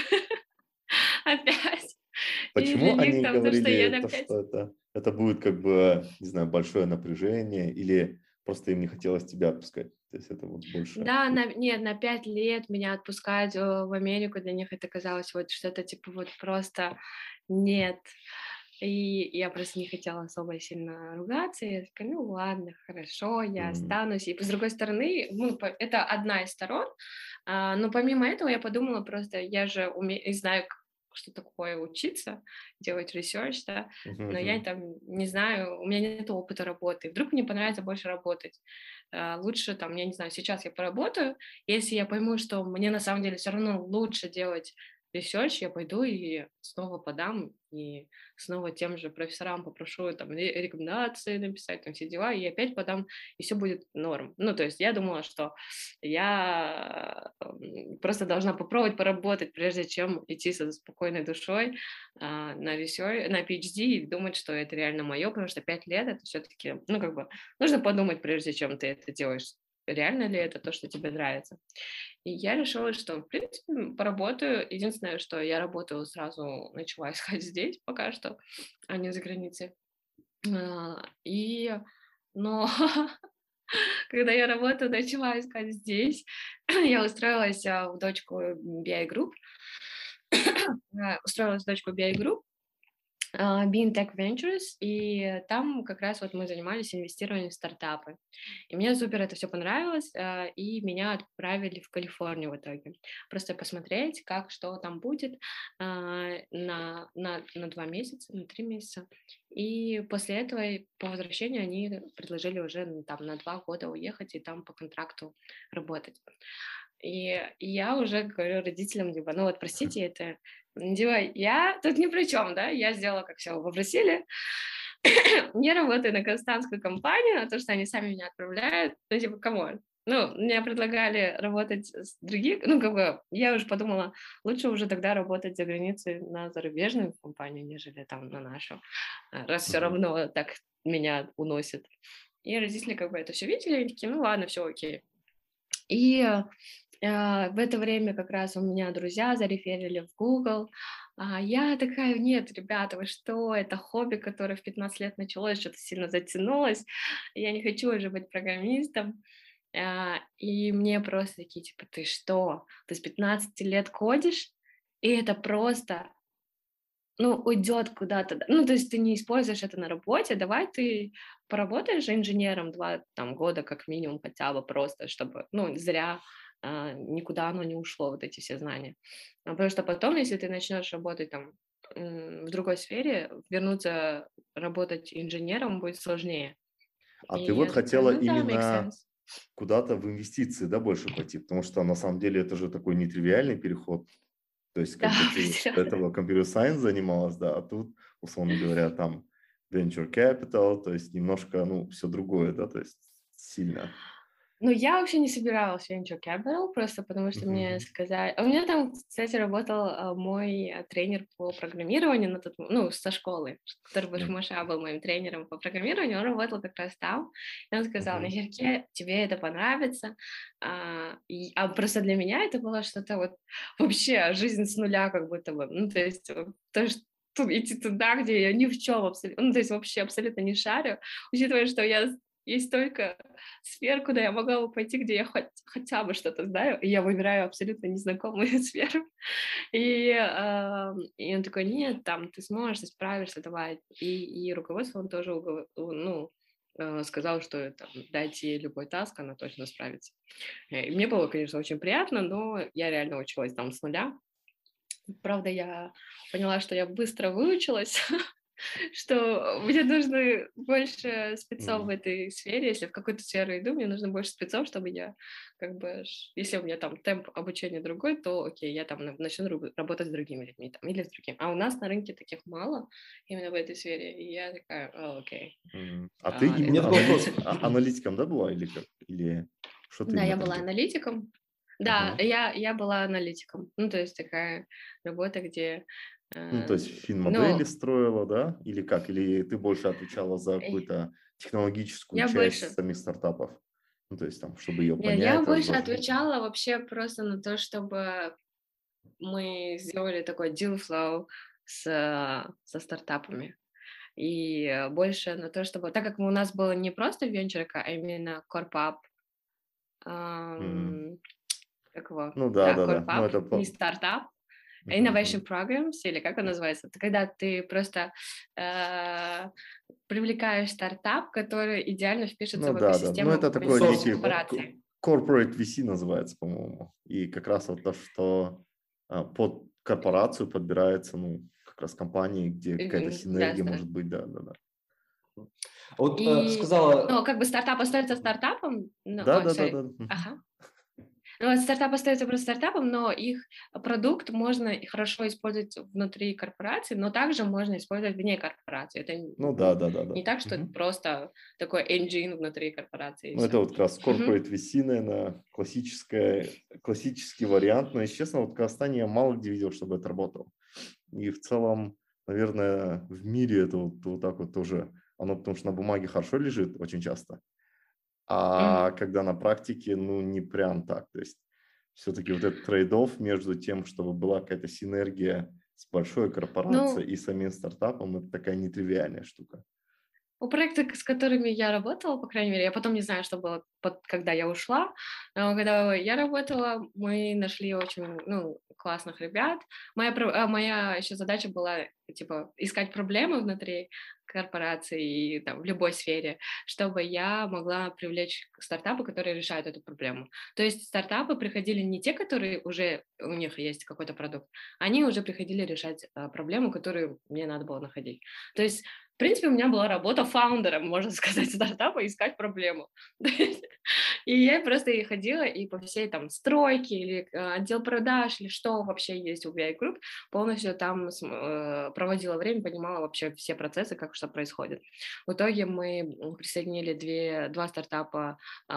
опять, и для Почему них они там то, что я говорили на то, 5. что это будет как бы, не знаю, большое напряжение, или просто им не хотелось тебя отпускать? То есть это вот больше... Да, нет, на 5 лет меня отпускать в Америку, для них это казалось вот что-то типа вот просто нет. И я просто не хотела особо сильно ругаться. И я такая, ну ладно, хорошо, я М, останусь. И с другой стороны, ну, это одна из сторон. Но помимо этого я подумала просто, я же знаю, что такое учиться, делать research, да, мгм, но я мгм. там не знаю, у меня нет опыта работы. Вдруг мне понравится больше работать. Лучше там, я не знаю, сейчас я поработаю, если я пойму, что мне на самом деле все равно лучше делать research, я пойду и снова подам, и снова тем же профессорам попрошу там рекомендации написать, там все дела, и опять подам, и все будет норм. Ну, то есть я думала, что я просто должна попробовать поработать, прежде чем идти со спокойной душой на research, на PhD и думать, что это реально мое, потому что 5 лет это все-таки, ну, как бы, нужно подумать, прежде чем ты это делаешь, реально ли это то, что тебе нравится. И я решила, что, в принципе, поработаю. Единственное, что я работаю сразу, начала искать здесь пока что, а не за границей. И, но когда я работу начала искать здесь, я устроилась в дочку BI Group, устроилась в дочку BI Group, Bean Tech Ventures, и там как раз вот мы занимались инвестированием в стартапы. И мне супер это все понравилось, и меня отправили в Калифорнию в итоге. Просто посмотреть, как, что там будет на 2 месяца, на 3 месяца. И после этого по возвращению они предложили уже там на 2 года уехать и там по контракту работать. И я уже говорю родителям, типа, ну вот, простите, это, типа, я тут ни при чем, да, я сделала, как все попросили, не работаю на казахстанскую компанию, а то, что они сами меня отправляют, ну, типа, камон. Ну, мне предлагали работать с других, ну, как бы, я уже подумала, лучше уже тогда работать за границей на зарубежную компанию, нежели там на нашу, раз все Мгм. равно так меня уносит. И родители как бы это все видели, они такие, ну, ладно, все окей. И в это время как раз у меня друзья зареферили в Google. Я такая, нет, ребята, вы что, это хобби, которое в 15 лет началось, что-то сильно затянулось, я не хочу уже быть программистом. И мне просто такие, типа, ты что, ты с 15 лет кодишь, и это просто, ну, уйдет куда-то. Ну, то есть ты не используешь это на работе, давай ты поработаешь инженером 2 там, года как минимум хотя бы просто, чтобы, ну, зря никуда оно не ушло, вот эти все знания. Потому что потом, если ты начнешь работать там в другой сфере, вернуться работать инженером будет сложнее. А И ты вот я такая, хотела ну да, make именно sense. куда-то в инвестиции, да, больше пойти, потому что на самом деле это же такой нетривиальный переход. То есть Да, как бы ты до определенно. этого computer science занималась, да, а тут, условно говоря, там venture capital, то есть немножко, ну, все другое, да, то есть сильно. Ну, я вообще не собиралась в Venture Capital, просто потому что мне Мгм. сказали... У меня там, кстати, работал мой тренер по программированию, ну, со школы, который в М, РФМШ был моим тренером по программированию, он работал как раз там, и он сказал: мгм. Назерке, тебе это понравится. Просто для меня это было что-то вот вообще жизнь с нуля как будто бы. Ну, то есть идти туда, где я ни в чем абсолютно, ну, то есть вообще абсолютно не шарю, учитывая, что есть только сфер, куда я могла бы пойти, где я хотя бы что-то знаю, и я выбираю абсолютно незнакомую сферу. И он такой: нет, там, ты сможешь, ты справишься, давай. И руководство он тоже сказал, что там, дайте ей любой таск, она точно справится. И мне было, конечно, очень приятно, но я реально училась там с нуля. Правда, я поняла, что я быстро выучилась, что мне нужно больше спецов в М. этой сфере. Если в какую-то сферу иду, мне нужно больше спецов, чтобы я если у меня там темп обучения другой, то окей, я там начну работать с другими людьми там, или с другим. А у нас на рынке таких мало именно в этой сфере. И я такая: окей, А ты У меня именно такой вопрос. аналитиком, да, была или как? Или что ты да, я именно там была делала? аналитиком. Да, Ага. я была аналитиком. Ну, то есть такая работа, где, Ну, то э, есть финмодели ну, строила, да? Или как? Или ты больше отвечала за э, какую-то технологическую я часть больше самих стартапов? Ну, то есть там, чтобы ее Не, я понять, больше разложить. отвечала вообще просто на то, чтобы мы сделали такой deal flow со стартапами. И больше на то, чтобы... Так как у нас было не просто венчурка, а именно corp-up, М. ам, как его? Ну да, Да, да, да. Ну, corp-up, это не стартап, а Мгм, innovation мгм. programs, или как он называется? Это когда ты просто привлекаешь стартап, который идеально впишется Ну в да, да. Ну, экосистему это такой Сорс, большой некий да? корпорации. corporate VC называется, по-моему. И как раз вот то, что под корпорацию подбирается, ну, как раз компании, где какая-то Да, синергия может быть, да, да, да. Вот ты И, сказала, ну, как бы стартап остается стартапом, Да, да, да, сори, да. Мгм. ага. Ну, вот стартап остается просто стартапом, но их продукт можно и хорошо использовать внутри корпорации, но также можно использовать вне корпорации. Это Ну да, да, да, да. не так, что это Мгм. просто такой engine внутри корпорации и Ну, это все. вот как раз corporate VC, наверное, классический вариант. Но, если честно, вот в Казахстане я мало где видел, чтобы это работало. И в целом, наверное, в мире это вот так вот тоже, оно потому что на бумаге хорошо лежит очень часто, а когда на практике, ну, не прям так. То есть все-таки вот этот трейд-офф между тем, чтобы была какая-то синергия с большой корпорацией Ну, и самим стартапом, это такая нетривиальная штука. у проектов, с которыми я работала, по крайней мере, я потом не знаю, что было, когда я ушла, но когда я работала, мы нашли очень, классных ребят. Моя еще задача была, типа, искать проблемы внутри корпорации и там, в любой сфере, чтобы я могла привлечь стартапы, которые решают эту проблему. То есть стартапы приходили не те, которые уже у них есть какой-то продукт, они уже приходили решать проблему, которую мне надо было находить. То есть в принципе, у меня была работа фаундером, можно сказать, стартапа, искать проблему. И я просто и ходила, и по всей там стройке или отдел продаж, или что вообще есть у VI Group, полностью там проводила время, понимала вообще все процессы, как что происходит. В итоге мы присоединили два стартапа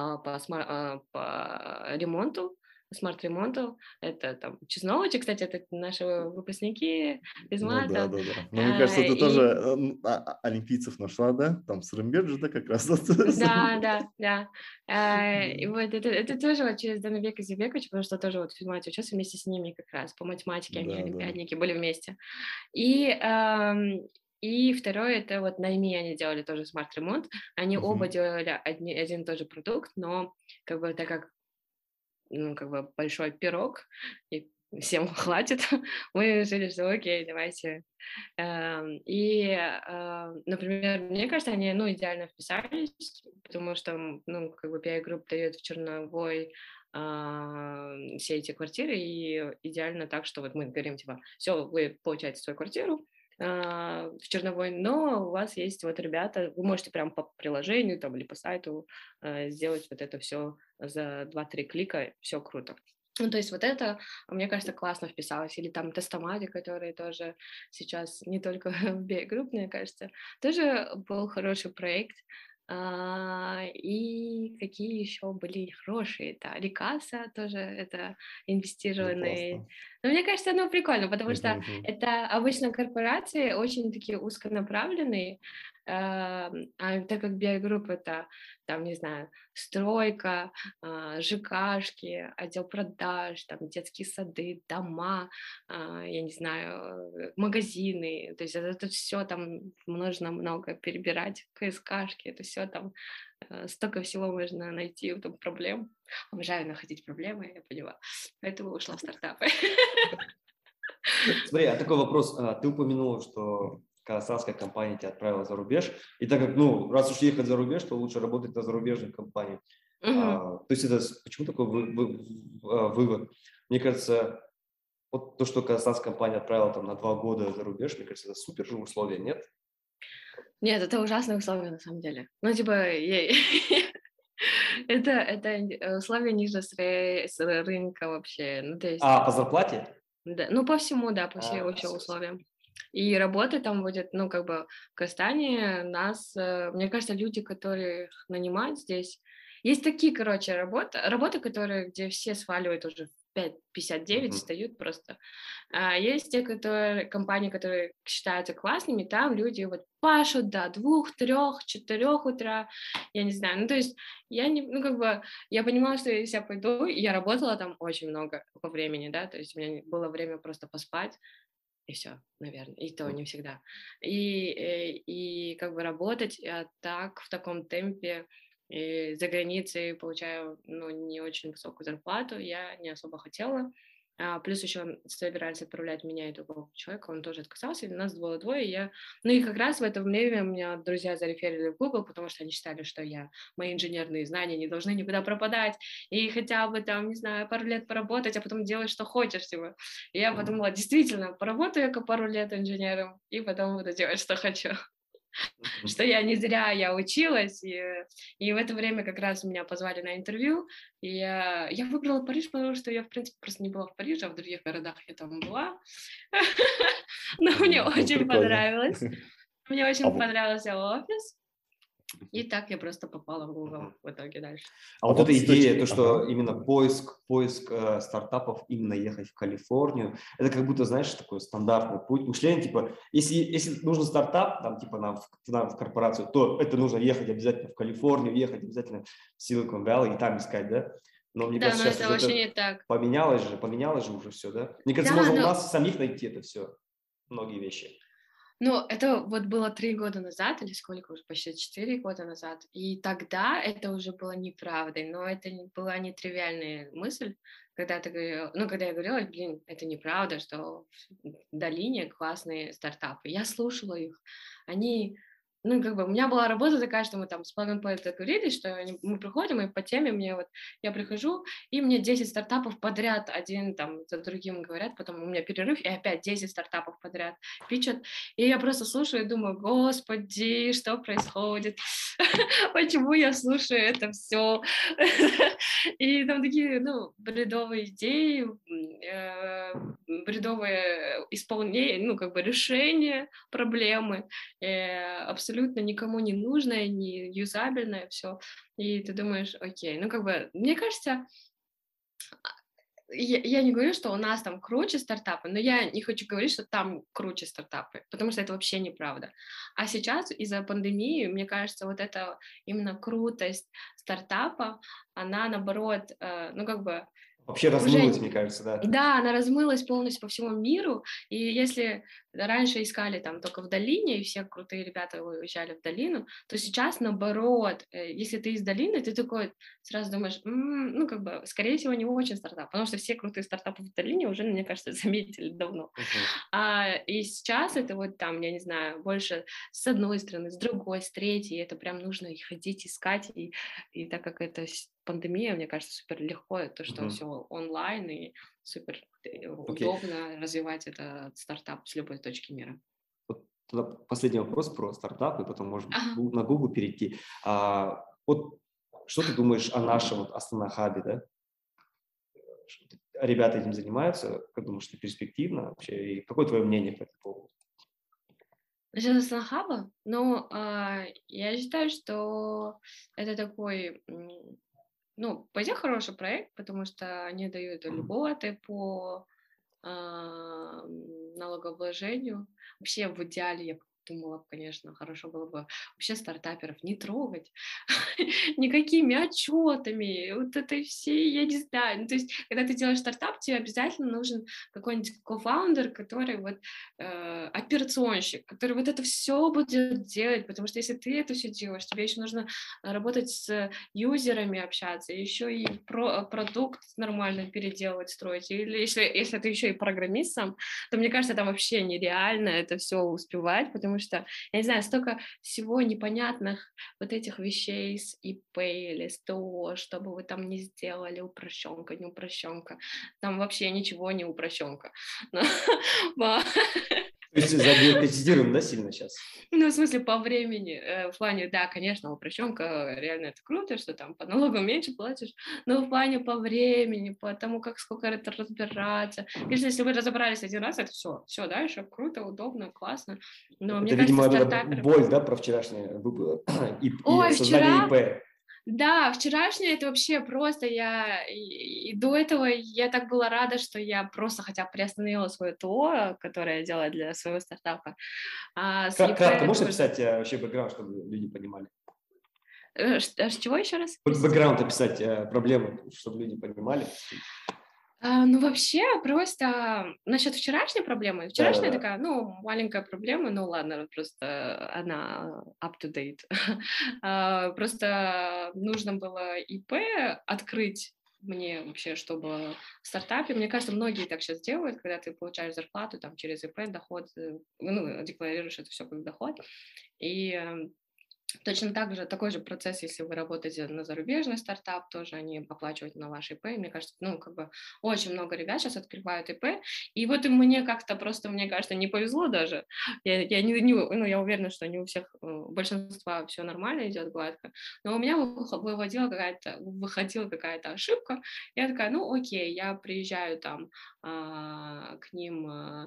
по ремонту, смарт-ремонту. Это там Чесновичи, кстати, это наши выпускники из Ну да, Мата. да, да. Но мне кажется, ты тоже И олимпийцев нашла, да? Там Сырымбет же, да, как раз. да, да, да. И вот это тоже вот через Данабека Зибекович, потому что тоже вот в Финмате учился вместе с ними как раз по математике, они Да, да. олимпиадники, были вместе. И, и второе, это вот на ИМИ они делали тоже смарт-ремонт. Они оба Мгм. делали один и тот же продукт, но как бы так как как бы большой пирог, и всем хватит, мы решили, что окей, давайте. Например, мне кажется, они, идеально вписались, потому что, как бы PI Group дает в Черновой все эти квартиры, и идеально так, что вот мы говорим, типа, все, вы получаете свою квартиру, в Черновой, но у вас есть вот ребята, вы можете прям по приложению там или по сайту сделать вот это все за 2-3 клика, все круто. Ну, то есть вот это, мне кажется, классно вписалось. Или там тестоматы, которые тоже сейчас не только в BI Group, мне кажется, тоже был хороший проект. И какие еще были хорошие? Это Рикаса тоже, это Тоже инвестированные. классно. Но мне кажется, оно прикольно, потому Мгм, что мгм. это обычно корпорации очень такие узконаправленные, а так как BI Group это, там, не знаю, стройка, ЖКшки, отдел продаж, там, детские сады, дома, я не знаю, магазины, то есть это все там нужно много перебирать, КСКшки, это все там, столько всего можно найти, там, проблем. Обожаю находить проблемы, я поняла, поэтому ушла в стартапы. Смотри, а такой вопрос. Ты упомянула, что казахстанская компания тебя отправила за рубеж. И так как, ну, раз уж ехать за рубеж, то лучше работать на зарубежных компаниях. Мгм. То есть это почему такой вывод? Мне кажется, вот то, что казахстанская компания отправила там на 2 года за рубеж, мне кажется, это супер же условия, нет? Нет, это ужасные условия на самом деле. Ну, типа, это условия ниже с рынка вообще. Ну, то есть, А, по зарплате? да, ну, по всему, да, по всей вообще Все. условиям. И работы там будет, ну, как бы, в Казахстане мне кажется, люди, которых нанимают здесь, есть такие, короче, работы, которые, где все сваливают уже в 5:59, встают просто. А есть те, компании, которые считаются классными, там люди вот пашут до 2, 3, 4 утра, я не знаю. Ну, то есть я не, ну, как бы, я понимала, что если я пойду, и я работала там очень много по времени, да, то есть у меня было время просто поспать, и все, наверное, и то не всегда. И как бы работать так, в таком темпе, и за границей получаю, ну, не очень высокую зарплату, я не особо хотела. Плюс еще собирались отправлять меня и другого человека, он тоже отказался, и нас было двое, Ну и как раз в это время меня друзья зареферили в Google, потому что они считали, что мои инженерные знания не должны никуда пропадать, и хотя бы там, не знаю, пару лет поработать, а потом делать, что хочешь, типа. И я подумала, действительно, поработаю-ка пару лет инженером, и потом буду делать, что хочу. Что я не зря, я училась, и в это время как раз меня позвали на интервью, и я выбрала Париж, потому что я, в принципе, просто не была в Париже, а в других городах я там была, но мне Ну, очень прикольно. понравилось, мне А, очень понравился офис, и так я просто попала в Google Мгм. в итоге дальше. А а вот вот эта с идея, то, точки... что Ага. именно поиск стартапов, именно ехать в Калифорнию, это как будто, знаешь, такой стандартный путь мышления, типа, если нужен стартап, там, типа, в корпорацию, то это нужно ехать обязательно в Калифорнию, ехать обязательно в Silicon Valley и там искать, да? Но мне Да, кажется, но сейчас это уже вообще это не так. поменялось же уже все, да? Мне кажется, Да, можно у но нас самих найти это все, многие вещи. Ну, это вот было 3 года назад, или сколько уже, почти 4 года назад, и тогда это уже было неправдой, но это была нетривиальная мысль, когда я говорила, блин, это неправда, что в долине классные стартапы. Я слушала их, они, ну, как бы, у меня была работа такая, что мы там с планом договорились, что мы приходим, и по теме я прихожу, и мне 10 стартапов подряд, один там за другим говорят, потом у меня перерыв, и опять 10 стартапов подряд пичат, и я просто слушаю и думаю, господи, что происходит? Почему я слушаю это все? И там такие, ну, бредовые идеи, бредовое исполнение, ну, как бы решение проблемы, абсолютно никому не нужное, не юзабельное все. И ты думаешь, окей, ну, как бы, мне кажется, я не говорю, что у нас там круче стартапы, но я не хочу говорить, что там круче стартапы, потому что это вообще неправда. А сейчас из-за пандемии, мне кажется, вот эта именно крутость стартапа, она наоборот, ну как бы Вообще размылось, уже мне кажется, да. да, она размылась полностью по всему миру, и если раньше искали там только в долине, и все крутые ребята уезжали в долину, то сейчас наоборот, если ты из долины, ты такой сразу думаешь, ну как бы, скорее всего, не очень стартап, потому что все крутые стартапы в долине уже, мне кажется, заметили давно. Мгм. И сейчас это вот там, я не знаю, больше с одной стороны, с другой, с третьей, это прям нужно и ходить, искать, и так как это пандемия, мне кажется, супер легко, то, что Мгм. все онлайн, и супер Окей. удобно развивать этот стартап с любой точки мира. Вот тогда последний вопрос про стартапы, потом можем Ага. на Google перейти. Вот что ты думаешь о нашем вот Астана Хабе, да? ребята этим занимаются? Как думаешь, что перспективно вообще? И какое твое мнение по этому поводу? Насчет Асланхаба, ну, я считаю, что это такой, ну, по идее, хороший проект, потому что они дают льготы по налогообложению. Вообще, в идеале, я думала, конечно, хорошо было бы вообще стартаперов не трогать никакими отчетами, вот этой всей, я не знаю. Ну, то есть, когда ты делаешь стартап, тебе обязательно нужен какой-нибудь кофаундер, который вот операционщик, который вот это все будет делать, потому что если ты это все делаешь, тебе еще нужно работать с юзерами, общаться, еще и продукт нормально переделывать, строить. Или если ты еще и программист сам, то мне кажется, там вообще нереально это все успевать, потому что, я не знаю, столько всего непонятных вот этих вещей с ИП или с ТО, чтобы вы там не сделали упрощенка, не упрощенка. Там вообще ничего не упрощенка. То есть забюрократизируем, да, сильно сейчас? Ну, в смысле, по времени, в плане, да, конечно, упрощенка, реально это круто, что там по налогам меньше платишь, но в плане по времени, по тому, как сколько это разбираться. Конечно, если вы разобрались один раз, это все дальше, круто, удобно, классно, но Это, мне кажется, видимо, вот эта стартаперы... боль, да, про вчерашнее и Ой, создание вчера... ИП. Да, вчерашнее это вообще просто я и до этого я так была рада, что я просто хотя бы приостановила свое ТО, которое я делала для своего стартапа. А с ИП Кратко можешь тоже. описать вообще бэкграунд, чтобы люди понимали? Чего еще раз? Бэкграунд описать проблемы, чтобы люди понимали. Ну, вообще, просто насчет вчерашней проблемы. Вчерашняя Да. такая, ну, маленькая проблема, ну, ладно, просто она up to date. Просто нужно было ИП открыть мне вообще, чтобы в стартапе, мне кажется, многие так сейчас делают, когда ты получаешь зарплату там через ИП, доход, ну, декларируешь это все как доход, и точно так же, такой же процесс, если вы работаете на зарубежный стартап, тоже они оплачивают на ваш ИП. Мне кажется, ну, как бы очень много ребят сейчас открывают ИП, и вот мне как-то просто, мне кажется, не повезло даже. Ну, я уверена, что не у всех, у большинства все нормально идет гладко, но у меня выходила какая-то ошибка. Я такая, ну, окей, я приезжаю там к ним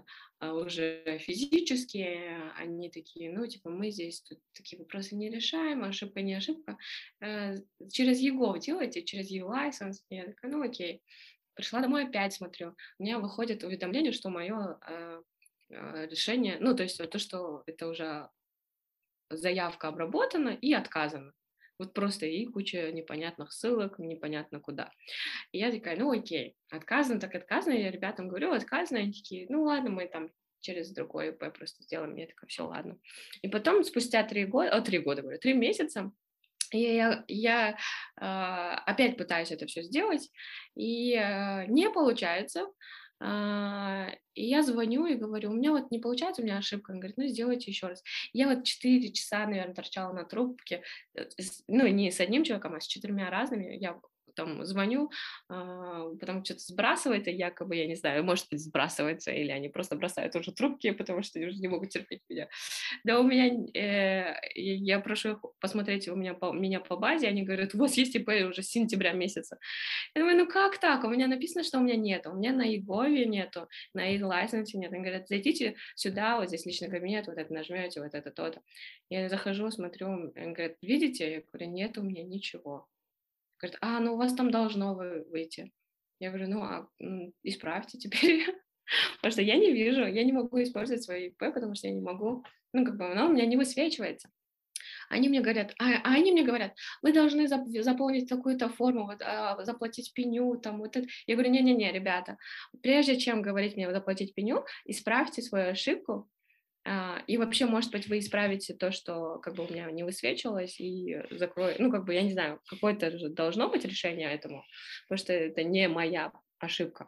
уже физически, они такие, ну, типа, мы здесь тут такие вопросы не решаем, ошибка, не ошибка. Через ЕГОВ делайте, через E-License. Я такая, ну, окей. Пришла домой, опять смотрю. У меня выходит уведомление, что мое решение, ну, то есть то, что это уже заявка обработана и отказана. Вот просто и куча непонятных ссылок, непонятно куда. И я такая, ну окей, отказано, так отказано. Я ребятам говорю, отказано. Они такие, ну ладно, мы там через другой ИП просто сделаем. Я такая, все, ладно. И потом спустя 3 месяца, я опять пытаюсь это все сделать, и не получается. И я звоню и говорю, у меня вот не получается, у меня ошибка. Он говорит, ну сделайте еще раз. Я вот 4 часа, наверное, торчала на трубке, ну не с одним человеком, а с 4 разными. Я там звоню, потом что-то сбрасывает, и якобы, я не знаю, может быть, сбрасывается, или они просто бросают уже трубки, потому что уже не могут терпеть меня. Да, у меня, я прошу их посмотреть меня по базе, они говорят, у вас есть ИП уже с сентября месяца. Я думаю, ну как так? У меня написано, что у меня нету, у меня на ЕГОВе нету, на E-License нет. Они говорят, зайдите сюда, вот здесь личный кабинет, вот это нажмете, вот это то-то. Я захожу, смотрю, они говорят, видите? Я говорю, нет у меня ничего. Говорят, ну у вас там должно выйти. Я говорю, исправьте теперь. Потому что я не вижу, я не могу использовать свой ИП, потому что я не могу, ну, как бы, оно у меня не высвечивается. Они мне говорят, они мне говорят, вы должны заполнить такую-то форму, вот, заплатить пеню, там, вот это. Я говорю, не-не-не, ребята, прежде чем говорить мне заплатить пеню, исправьте свою ошибку, и вообще, может быть, вы исправите то, что как бы у меня не высвечивалось, и закрою, ну, как бы, я не знаю, какое-то же должно быть решение этому, потому что это не моя ошибка.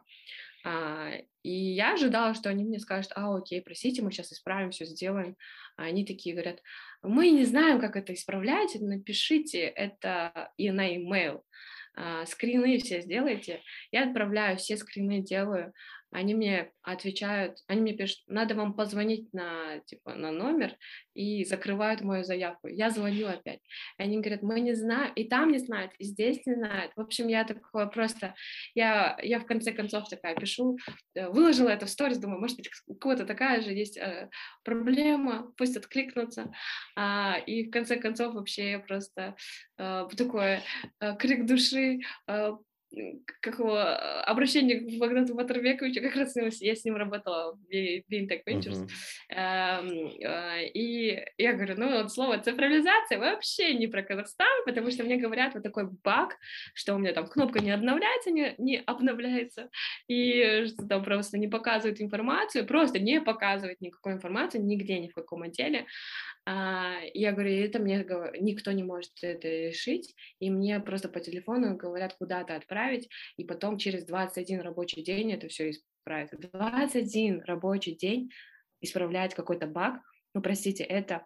И я ожидала, что они мне скажут, окей, простите, мы сейчас исправим, все сделаем. А они такие говорят, мы не знаем, как это исправлять, напишите это и на e-mail. Скрины все сделайте. Я отправляю, все скрины делаю. они мне отвечают, они мне пишут, надо вам позвонить на номер, и закрывают мою заявку. Я звоню опять. Они говорят, мы не знаем, и там не знают, и здесь не знают. В общем, я такое просто, я в конце концов такая пишу, выложила это в сторис, думаю, может быть, у кого-то такая же есть проблема, пусть откликнутся. И в конце концов вообще я просто такой крик души, как его обращение к Богдану Батырбековичу, как раз я с ним работала в Beantech Ventures, и я говорю, ну вот слово цифровизация вообще не про Казахстан, потому что мне говорят вот такой баг, что у меня там кнопка не обновляется, не обновляется, и что там просто не показывают информацию, просто не показывают никакой информации нигде, ни в каком отделе. Я говорю, это мне никто не может это решить, и мне просто по телефону говорят куда-то отправить, и потом через 21 рабочий день это все исправит. 21 рабочий день исправлять какой-то баг, ну, простите, это...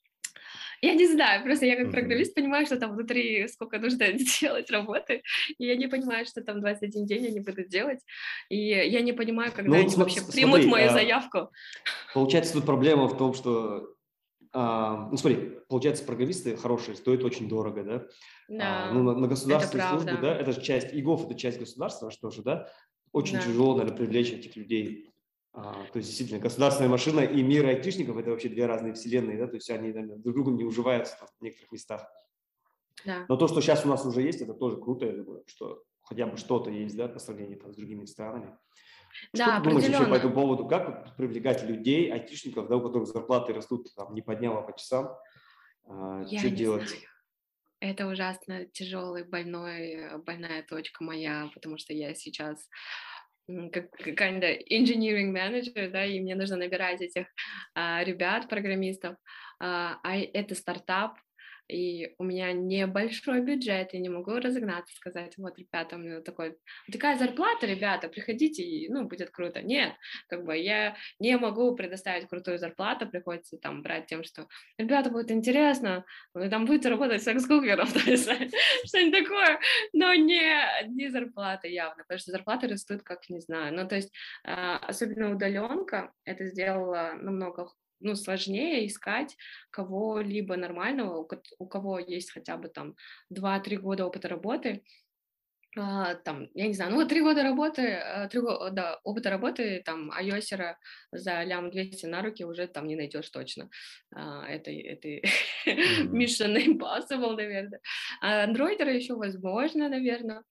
Я не знаю, просто я как программист понимаю, что там внутри сколько нужно делать работы, и я не понимаю, что там 21 день они будут делать, и я не понимаю, когда они вообще примут мою заявку. Получается, тут проблема в том, что ну, смотри, получается, программисты хорошие стоят очень дорого, да? Да, ну, на государственные это службы, да, это же часть ИГОВ, это часть государства, что же, да? Очень тяжело, наверное, привлечь этих людей. То есть, действительно, государственная машина и мир айтишников – это вообще две разные вселенные, да? То есть, они, наверное, друг другом не уживаются там, в некоторых местах. Да. Но то, что сейчас у нас уже есть, это тоже круто, я думаю, что хотя бы что-то есть, да, по сравнению там, с другими странами. Что ты думаешь вообще по этому поводу? Как привлекать людей, айтишников, да, у которых зарплаты растут там, не по дням, а по часам? Что делать? Знаю. Это ужасно тяжелая, больная точка моя, потому что я сейчас как engineering manager, да, и мне нужно набирать этих ребят, программистов. Это стартап, и у меня небольшой бюджет, я не могу разогнаться, сказать, вот, ребята, у меня такая зарплата, ребята, приходите, и, ну, будет круто. Нет, как бы я не могу предоставить крутую зарплату, приходится там брать тем, что, ребята, будет интересно, вы там будете работать секс-кукером, то есть что-нибудь такое, но не зарплата явно, потому что зарплаты растут, как не знаю, ну, то есть особенно удаленка это сделала намного сложнее искать кого-либо нормального, у кого есть хотя бы там 2-3 года опыта работы, там, я не знаю, 3 года работы, опыта работы, там, iOS за лям 200 на руки уже там не найдешь точно. Это Mission Impossible, наверное. А андроидера еще возможно, наверное.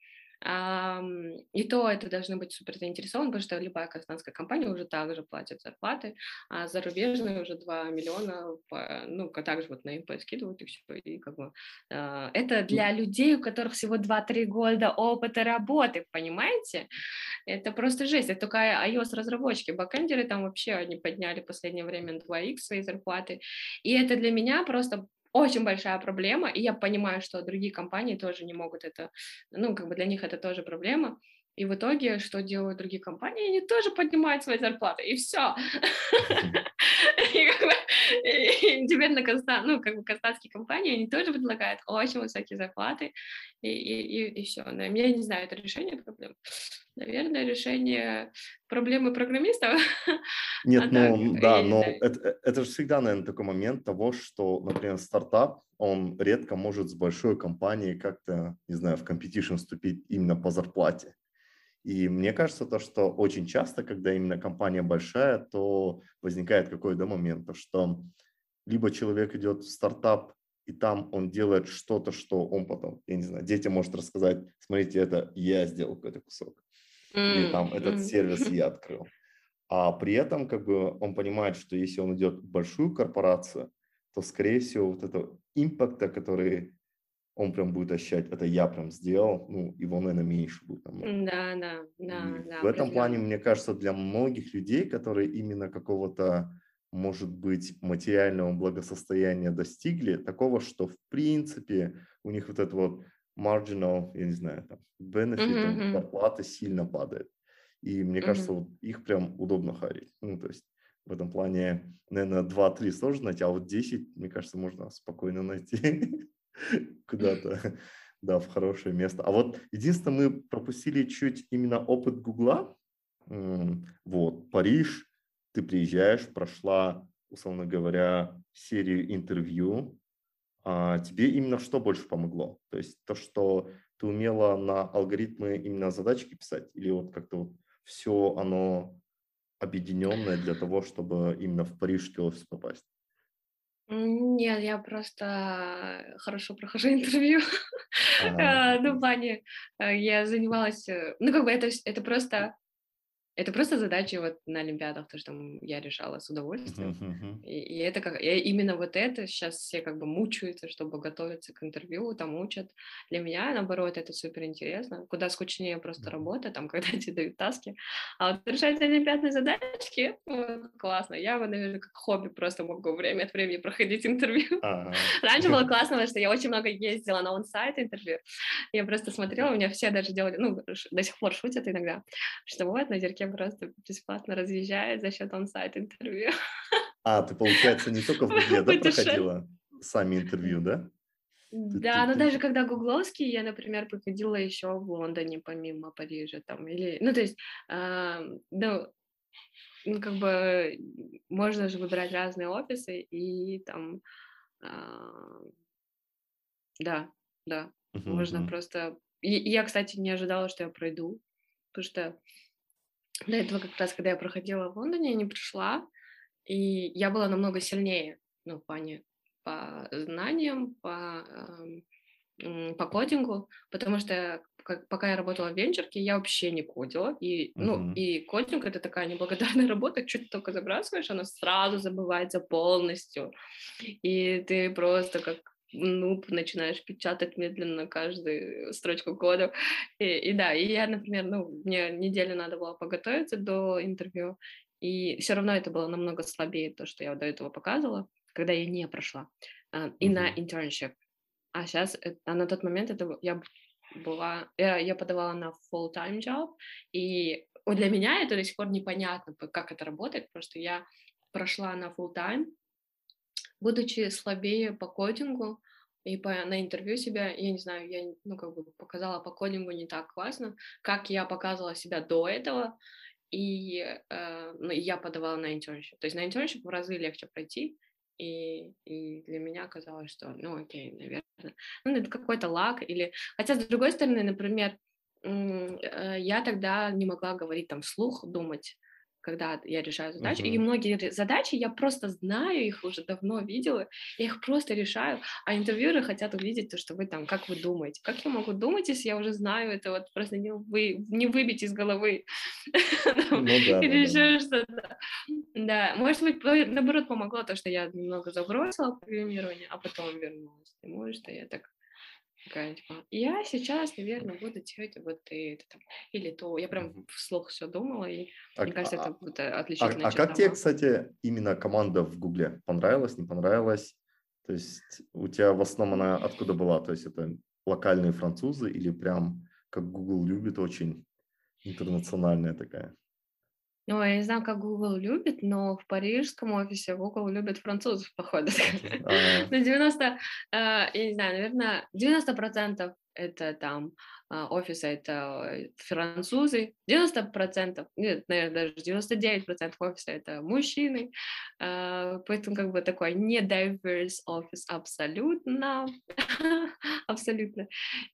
И то это должны быть супер заинтересованы, потому что любая казахстанская компания уже также платит зарплаты, а зарубежные уже 2 миллиона, также вот на импорт скидывают, и все, и как бы это для людей, у которых всего 2-3 года опыта работы, понимаете? Это просто жесть, это только iOS-разработчики, бэкэндеры там вообще они подняли в последнее время 2x свои зарплаты, и это для меня просто очень большая проблема, и я понимаю, что другие компании тоже не могут это, для них это тоже проблема. И в итоге, что делают другие компании? Они тоже поднимают свои зарплаты, и все. Теперь на казахстанские компании, они тоже предлагают очень высокие зарплаты, и все. Но я не знаю, это решение проблем. Наверное, решение проблемы программистов. Нет, но это же всегда, наверное, такой момент того, что, например, стартап, он редко может с большой компанией как-то, не знаю, в competition вступить именно по зарплате. И мне кажется, то, что очень часто, когда именно компания большая, то возникает какой-то момент, что либо человек идет в стартап, и там он делает что-то, что он потом, я не знаю, детям может рассказать, смотрите, это я сделал какой-то кусок. Или там этот сервис я открыл. А при этом как бы он понимает, что если он идет в большую корпорацию, то, скорее всего, вот этого импакта, который он прям будет ощущать, это я прям сделал, его, наверное, меньше будет. Да. В этом плане, мне кажется, для многих людей, которые именно какого-то, может быть, материального благосостояния достигли, такого, что в принципе у них вот это вот marginal, я не знаю, там, benefit, зарплата сильно падает. И мне кажется, вот их прям удобно харить. То есть в этом плане, наверное, 2-3 сложно найти, а вот 10, мне кажется, можно спокойно найти куда-то, да, в хорошее место. А вот единственное, мы пропустили чуть именно опыт Гугла. Вот, Париж, ты приезжаешь, прошла, условно говоря, серию интервью. Тебе именно что больше помогло? То есть то, что ты умела на алгоритмы именно задачки писать, или вот как-то вот все оно объединенное для того, чтобы именно в парижский офис попасть? Нет, я просто хорошо прохожу интервью. Ага. Ну, в плане, я занималась, ну, как бы это просто задачи вот на олимпиадах, то, что я решала с Мгм, удовольствием. мгм. И это как именно вот это сейчас все как бы мучаются, чтобы готовиться к интервью, там учат. Для меня, наоборот, это супер интересно. Куда скучнее просто Мгм. работа, там, когда тебе дают таски. А вот решать олимпиадные задачки, классно. Я, вот, наверное, как хобби просто могу время от времени проходить интервью. Ага. Раньше было классно, потому что я очень много ездила на онсайт интервью. Я просто смотрела, у меня все даже делали, ну, до сих пор шутят иногда, что вот на Дерке просто бесплатно разъезжает за счет онсайт интервью. Ты, получается, не только в Гугле, да, Путешествие. проходила сами интервью, да? Ты, ты, Да, но ты- даже когда гугловский, я, например, проходила еще в Лондоне, помимо Парижа, там, или, ну, то есть, ну, как бы, можно же выбирать разные офисы, и там, а, да, да, Мгм, можно мгм. просто... И я, кстати, не ожидала, что я пройду, потому что до этого как раз, когда я проходила в Лондоне, я не пришла, и я была намного сильнее, ну, в плане по знаниям, по кодингу, потому что пока я работала в венчурке, я вообще не кодила. И, ну, Мгм. и кодинг — это такая неблагодарная работа, что ты только забрасываешь, она сразу забывается полностью. И ты просто как нуб начинаешь печатать медленно каждую строчку кода. И да, и я, например, ну, мне неделю надо было поготовиться до интервью, и все равно это было намного слабее, то, что я до этого показывала, когда я не прошла. И на Мгм. internship. А сейчас, на тот момент я подавала на full-time job, и для меня это до сих пор непонятно, как это работает, потому что я прошла на full-time, будучи слабее по кодингу, и на интервью себя, я не знаю, я, ну, как бы показала по кодингу не так классно, как я показывала себя до этого, и, ну, я подавала на internship. То есть на internship в разы легче пройти, и для меня казалось, что, ну, окей, наверное, ну, это какой-то лаг, или... Хотя, с другой стороны, например, я тогда не могла говорить там вслух, думать, когда я решаю задачи, и Мгм. многие задачи я просто знаю, их уже давно видела, я их просто решаю, а интервьюеры хотят увидеть то, что вы там, как вы думаете. Как я могу думать, если я уже знаю это, вот просто не выбить из головы Ну да, да, или да. еще что-то. Да, может быть, наоборот, помогло то, что я немного забросила программирование, а потом вернулась. И может, что я так такая, типа, я сейчас, наверное, буду делать вот это там, или то. Я прям Мгм. вслух все думала, и А, мне кажется, это а- вот отличительная как черта тебе, была. кстати, именно команда в Гугле? Понравилась, не понравилась? То есть у тебя в основном она откуда была? То есть это локальные французы или прям, как Google любит, очень интернациональная такая? Ну, я не знаю, как Google любит, но в парижском офисе Google любит французов, походу. Французы? Ну, 90, я не знаю, наверное, 90% это там офиса это французы, 90%, нет, наверное, даже 99% офиса это мужчины, поэтому как бы такой не diverse офис абсолютно, абсолютно.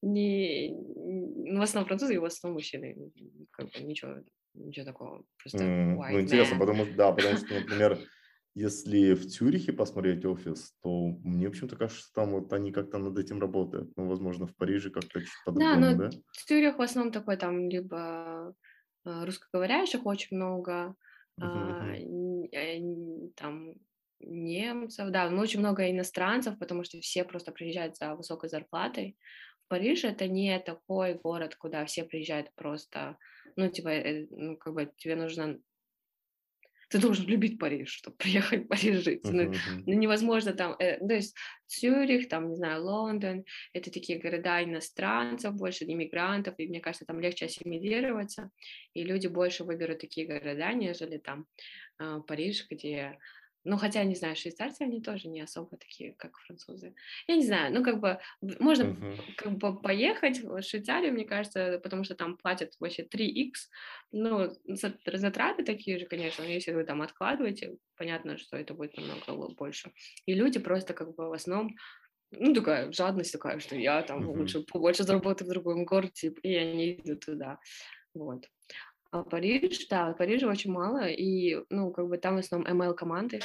В основном французы и в основном мужчины, как бы ничего такого, просто Ну, white интересно, man. потому что, да, потому что, например, если в Цюрихе посмотреть офис, то мне почему-то кажется, что там вот они как-то над этим работают. Ну, возможно, в Париже как-то чуть Да, по-другому, но да? Цюрих в основном такой там либо русскоговорящих очень много, Мгм, мгм. там немцев, да, но очень много иностранцев, потому что все просто приезжают за высокой зарплатой. В Париже это не такой город, куда все приезжают просто, ну, типа, ну, как бы тебе нужно ты должен любить Париж, чтобы приехать в Париж жить. Мгм, мгм. Ну, невозможно там, то есть Цюрих, там, не знаю, Лондон, это такие города иностранцев, больше иммигрантов, и мне кажется, там легче ассимилироваться, и люди больше выберут такие города, нежели там Париж, где Ну, хотя, не знаю, швейцарцы, они тоже не особо такие, как французы. Я не знаю, ну, как бы, можно Мгм. как бы поехать в Швейцарию, мне кажется, потому что там платят вообще 3х. Ну, затраты такие же, конечно, но если вы там откладываете, понятно, что это будет намного больше. И люди просто как бы в основном, ну, такая жадность такая, что я там Мгм. лучше побольше заработаю в другом городе, и они идут туда. Вот. А Париж, да, Парижа очень мало, и, ну, как бы там в основном ML-команды,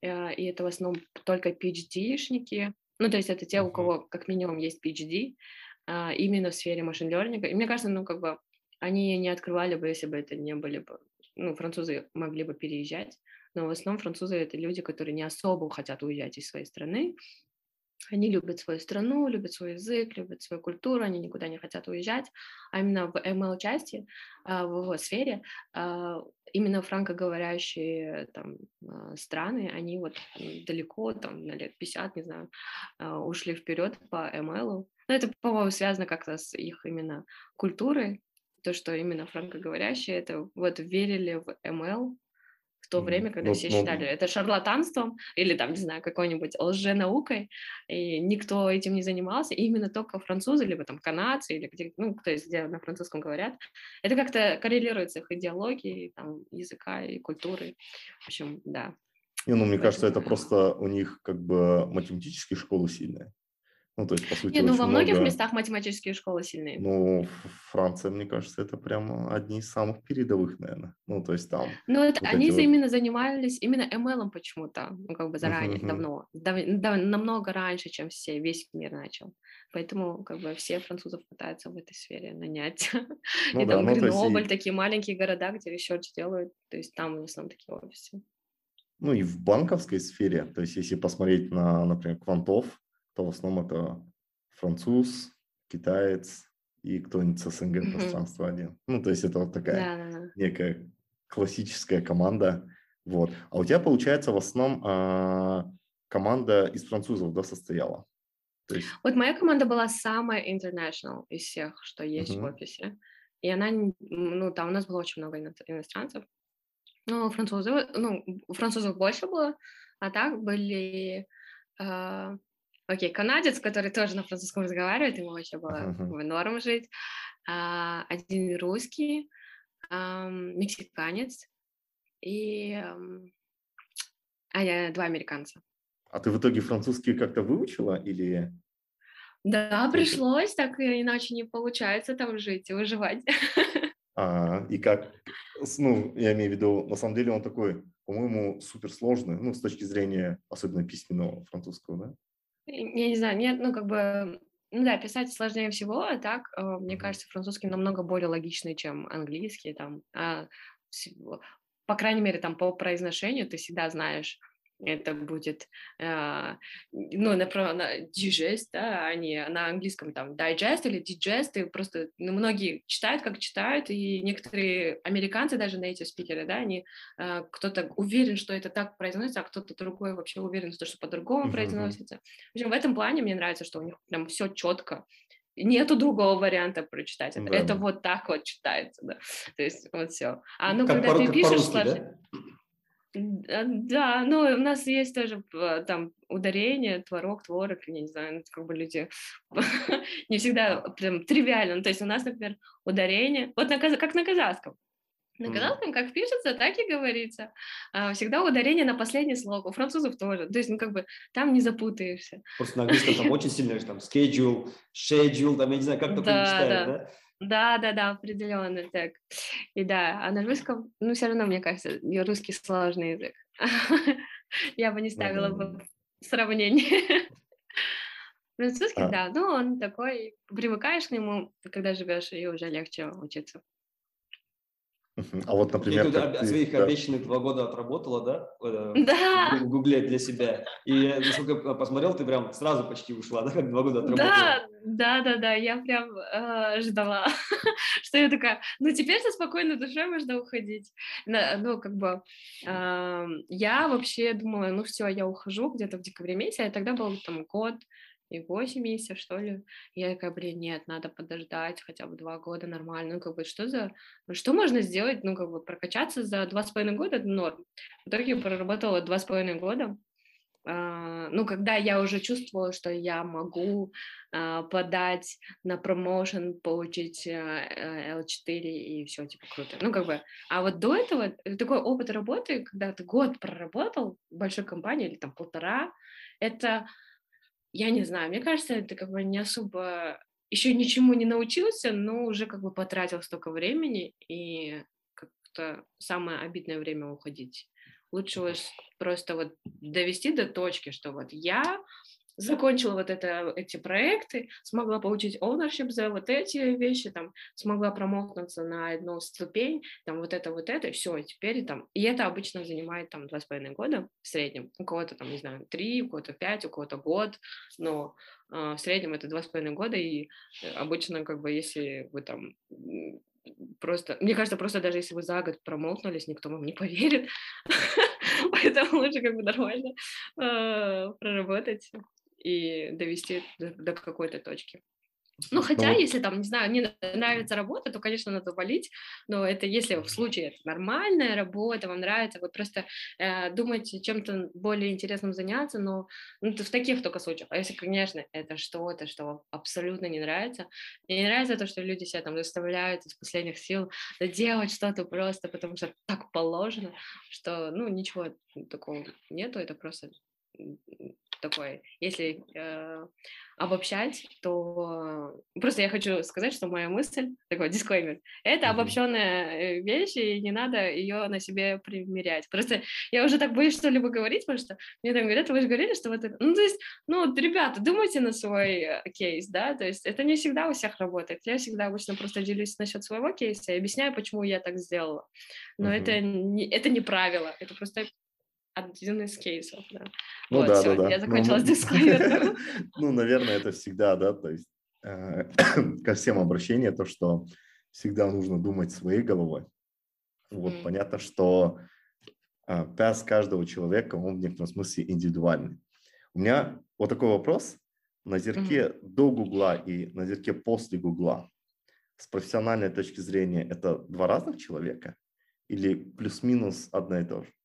и это в основном только PhD-шники, ну, то есть это те, у Мгм. кого как минимум есть PhD, именно в сфере машин-лернинга. И мне кажется, ну, как бы они не открывали бы, если бы это не были бы, ну, французы могли бы переезжать, но в основном французы — это люди, которые не особо хотят уезжать из своей страны, они любят свою страну, любят свой язык, любят свою культуру, они никуда не хотят уезжать. А именно в ML-части, в его сфере, именно франкоговорящие там, страны, они вот далеко, там, на лет 50, не знаю, ушли вперед по ML. Но это, по-моему, связано как-то с их именно культурой, то, что именно франкоговорящие это вот верили в ML, в то время, когда Ну, все считали ну, это шарлатанством или там, не знаю, какой-нибудь лженаукой, и никто этим не занимался, и именно только французы, либо там канадцы, или где, ну, то есть где на французском говорят, это как-то коррелирует с их идеологией, там, языка и культуры. В общем, да, не, ну, мне кажется, поэтому... это просто у них как бы математические школы сильные. Ну, то есть, по сути, Не, ну, во очень многих много. местах математические школы сильные. Ну, Франция, мне кажется, это прямо одни из самых передовых, наверное. Ну, то есть там Но это, вот эти они вот. именно занимались именно ML почему-то, ну, как бы Мгм, заранее, мгм. давно, намного раньше, чем все, весь мир начал. Поэтому как бы все французов пытаются в этой сфере нанять. Ну И да, там ну то есть Гренобль, и, такие маленькие города, где ресерч делают, то есть там в основном такие офисы. ну и в банковской сфере, то есть если посмотреть на, например, квантов, то в основном это француз, китаец и кто-нибудь с СНГ Мгм. пространства один. Ну, то есть это вот такая Да, да, да. некая классическая команда. Вот. А у тебя, получается, в основном команда из французов, да, состояла? То есть. Вот моя команда была самая international из всех, что есть в Мгм, офисе. И она, ну, там у нас было очень много иностранцев. Ну, ну, французов больше было, а так были, а, окей, канадец, который тоже на французском разговаривает, ему вообще было мгм. норм жить, один русский, мексиканец и, 2 американца. А ты в итоге французский как-то выучила или Да, только. пришлось, так иначе не получается там жить и выживать. И как, ну, я имею в виду, на самом деле он такой, по-моему, суперсложный, ну, с точки зрения особенно письменного французского, да? Я не знаю, нет, ну, как бы, ну да, писать сложнее всего, а так, мне Мгм. кажется, французский намного более логичный, чем английский, там, по крайней мере, там, по произношению ты всегда знаешь, это будет, ну, на digest, да, а не на английском, там, digest или digest, и просто, ну, многие читают, как читают, и некоторые американцы, даже native спикеры, да, они кто-то уверен, что это так произносится, а кто-то другой вообще уверен, что по-другому Мгм, мгм. произносится. В общем, в этом плане мне нравится, что у них прям все четко. Нету другого варианта прочитать это. Да, Это да. вот так вот читается, да. То есть вот все. А ну, Как, когда ты как пишешь по-русски, сложно... да? Да, ну, у нас есть тоже там ударение, творог, творог, я не знаю, ну, как бы люди не всегда прям тривиально. Ну, то есть у нас, например, ударение, вот как на казахском. На М. казахском как пишется, так и говорится. Всегда ударение на последний слог. У французов тоже. То есть, ну, как бы там не запутаешься. Просто на английском там очень сильно, там, schedule, schedule, там, я не знаю, как только не Да, читаешь, да. да? Да, определенно так. И да, а на русском, ну, все равно, мне кажется, русский сложный язык. Я бы не Ну, да, ставила да. бы сравнение. Французский, А, да, ну, он такой, привыкаешь к нему, когда живешь, и уже легче учиться. а вот, И например, тут как ты, своих да. обещанных 2 года отработала, да, Да, в Гугле для себя. И, насколько я посмотрел, ты прям сразу почти ушла, да, как 2 года отработала. да, я прям ждала, что я такая, ну теперь со спокойной душой можно уходить. Ну, как бы, я вообще думала, ну все, я ухожу где-то в декабре месяце, и тогда был там год и 8 месяцев, что ли. Я такая, блин, нет, надо подождать хотя бы 2 года нормально. Ну, как бы, что можно сделать, ну, как бы, прокачаться за 2,5 года, это норм. В итоге я проработала 2,5 года. Ну, когда я уже чувствовала, что я могу подать на промоушен, получить L4 и все, типа, круто. Ну, как бы, а вот до этого такой опыт работы, когда ты год проработал в большой компании или там 1,5, это, я не знаю, мне кажется, это как бы не особо, еще ничему не научился, но уже как бы потратил столько времени, и как-то самое обидное время уходить. Лучше просто вот довести до точки, что вот я закончила вот эти проекты, смогла получить ownership за вот эти вещи, там, смогла промокнуться на одну ступень, там, вот это, и все, и теперь там, и это обычно занимает там 2,5 года в среднем, у кого-то там, не знаю, 3, у кого-то 5, у кого-то год, но в среднем это 2,5 года, и обычно, как бы, если вы там просто, мне кажется, просто даже если вы за год промоутнулись, никто вам не поверит, поэтому лучше как бы нормально проработать и довести до какой-то точки. Ну, хотя, если там, не знаю, не нравится работа, то, конечно, надо валить, но это если в случае это нормальная работа, вам нравится, вы просто думаете чем-то более интересным заняться, но это в таких только случаях. А если, конечно, это что-то, что вам абсолютно не нравится, мне не нравится то, что люди себя там заставляют из последних сил делать что-то просто, потому что так положено, что, ну, ничего такого нету, это просто такое, если обобщать, то просто я хочу сказать, что моя мысль, такой дисклеймер, это обобщенная вещь, и не надо ее на себе примерять. Просто я уже так боюсь что-либо говорить, потому что мне там говорят, вы же говорили, что вот это... Ну, то есть, ну, ребята, думайте на свой кейс, да, то есть это не всегда у всех работает. Я всегда обычно просто делюсь насчет своего кейса и объясняю, почему я так сделала. Но это не правило, это просто один из кейсов, да. Ну вот, да, все, да. я закончила с дисклеймером. Ну, наверное, это всегда, да, то есть ко всем обращение, то, что всегда нужно думать своей головой. Вот, понятно, что пас каждого человека, он в некотором смысле индивидуальный. У меня вот такой вопрос. На зерке до Гугла и на зерке после Гугла с профессиональной точки зрения это два разных человека или плюс-минус одно и то же?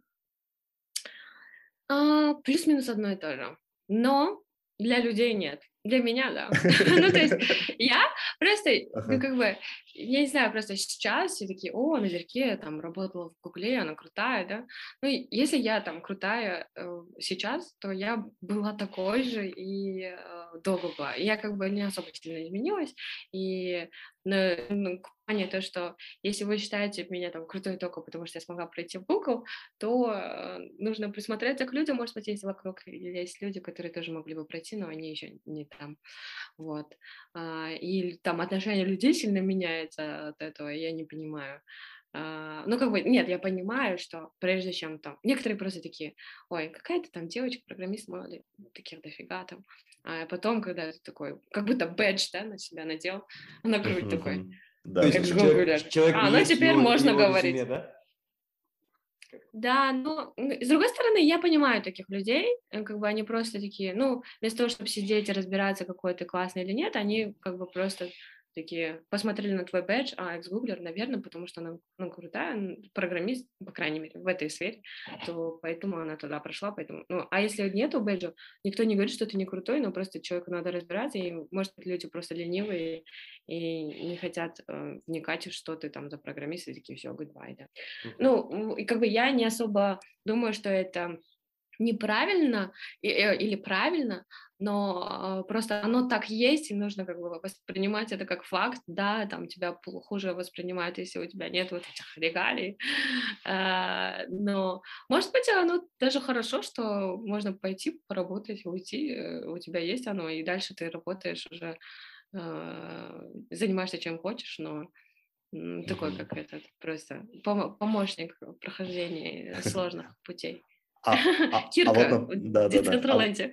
Плюс-минус одно и то же. Но для людей нет. Для меня, да. Ну, то есть я просто, ну, как бы, я не знаю, просто сейчас все такие, о, на зерке там работала в Гугле, она крутая, да. Ну, если я там крутая сейчас, то я была такой же и до Гугла. Я как бы не особо сильно изменилась. И в плане то, что если вы считаете меня там крутой только потому, что я смогла пройти в Google, то нужно присмотреться к людям, может быть, есть вокруг, есть люди, которые тоже могли бы пройти, но они еще не там, вот. И там отношение людей сильно меняется от этого, я не понимаю. Ну, как бы, нет, я понимаю, что прежде чем там, некоторые просто такие, ой, какая-то там девочка-программист, мало ли, таких дофига там. А потом, когда ты такой, как будто бэдж, да, на себя надел, на грудь такой, да, экс-гуглер. Ну, теперь можно говорить. Резюме, да? Да, но с другой стороны, я понимаю таких людей, как бы они просто такие, ну, вместо того, чтобы сидеть и разбираться, какой ты классный или нет, они как бы просто такие посмотрели на твой бэдж, экс-гуглер, наверное, потому что она, ну, крутая, программист, по крайней мере, в этой сфере, то поэтому она туда прошла, поэтому, ну, а если нету бэджа, никто не говорит, что ты не крутой, но просто человеку надо разбираться, и, может быть, люди просто ленивые и не хотят вникать, что ты там за программист, и такие, все, goodbye, да. Ну, и как бы я не особо думаю, что это неправильно или правильно, но просто оно так есть, и нужно как бы воспринимать это как факт, да, там тебя хуже воспринимают, если у тебя нет вот этих регалий, но, может быть, оно даже хорошо, что можно пойти поработать, уйти, у тебя есть оно, и дальше ты работаешь уже, занимаешься чем хочешь, но такой, как этот, просто помощник в прохождении сложных путей. Кирка в Децентраленде.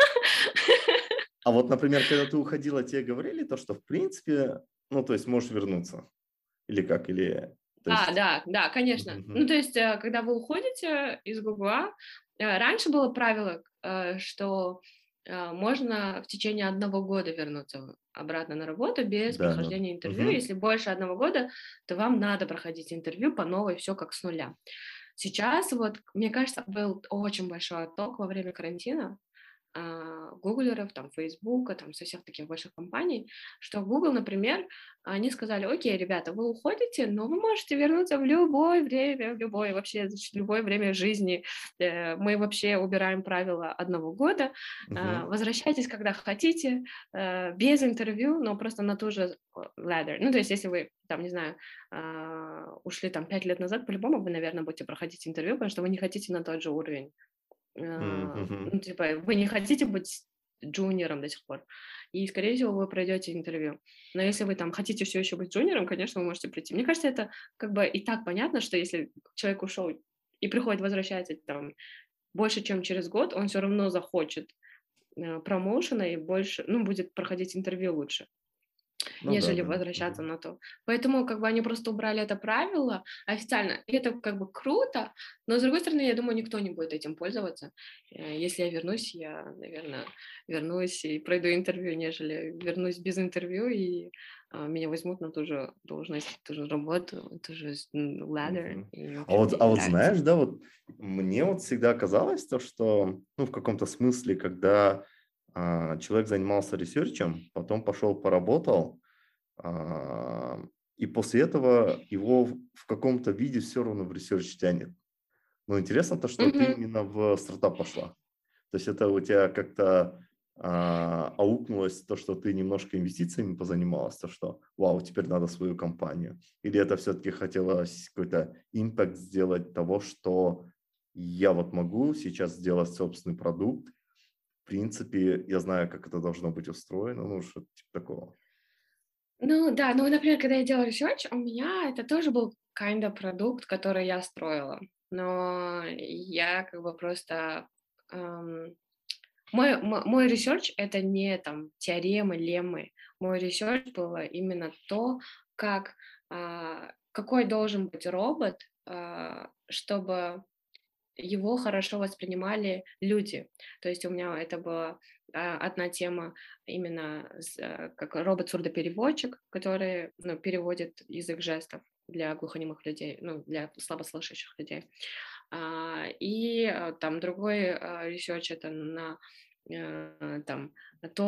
А вот, например, когда ты уходила, тебе говорили то, что в принципе, ну, то есть можешь вернуться? Или как? Или... Да, конечно. Ну, то есть, когда вы уходите из Гугла, раньше было правило, что можно в течение 1 года вернуться обратно на работу без Да, да. прохождения интервью. Мгм. Если больше 1 года, то вам надо проходить интервью по новой, все как с нуля. Сейчас, вот, мне кажется, был очень большой отток во время карантина гуглеров, там, Фейсбука, там, со всех таких больших компаний, что Google, например, они сказали: окей, ребята, вы уходите, но вы можете вернуться в любое время, в любое, вообще, в любое время жизни. Мы вообще убираем правила 1 года. Мгм. Возвращайтесь, когда хотите, без интервью, но просто на ту же ladder. Ну, то есть, если вы, там, не знаю, ушли там 5 лет назад, по-любому вы, наверное, будете проходить интервью, потому что вы не хотите на тот же уровень. Мгм. Ну, типа, вы не хотите быть джуниором до сих пор, и, скорее всего, вы пройдете интервью. Но если вы там хотите все еще быть джуниором, конечно, вы можете прийти. Мне кажется, это как бы и так понятно, что если человек ушел и приходит, возвращается там больше, чем через год, он все равно захочет промоушена и больше, ну, будет проходить интервью лучше, Ну да, нежели да. возвращаться Мгм. на то. Поэтому как бы они просто убрали это правило официально. И это как бы круто, но, с другой стороны, я думаю, никто не будет этим пользоваться. Если я вернусь, я, наверное, вернусь и пройду интервью, нежели вернусь без интервью, и меня возьмут на ту же должность, ту же работу, ту же ladder, Мгм. и, в А общем, вот, мне а не вот нравится. знаешь, да, вот мне вот всегда казалось то, что, ну, в каком-то смысле, когда человек занимался ресерчем, потом пошел поработал, а, и после этого его в каком-то виде все равно в ресерч тянет. Но интересно то, что ты Мгм. именно в стартап пошла. То есть это у тебя как-то аукнулось то, что ты немножко инвестициями позанималась, то, что вау, теперь надо свою компанию. Или это все-таки хотелось какой-то импакт сделать того, что я вот могу сейчас сделать собственный продукт. В принципе, я знаю, как это должно быть устроено, ну, что-то типа такого. Ну да, ну, например, когда я делала research, у меня это тоже был kind of продукт, который я строила. Но я как бы просто... ам, мой research — это не там теоремы, леммы. Мой research было именно то, как, какой должен быть робот, чтобы его хорошо воспринимали люди. То есть у меня это была одна тема именно как робот-сурдопереводчик, который, ну, переводит язык жестов для глухонемых людей, ну, для слабослышащих людей. Там другой research — это на там то,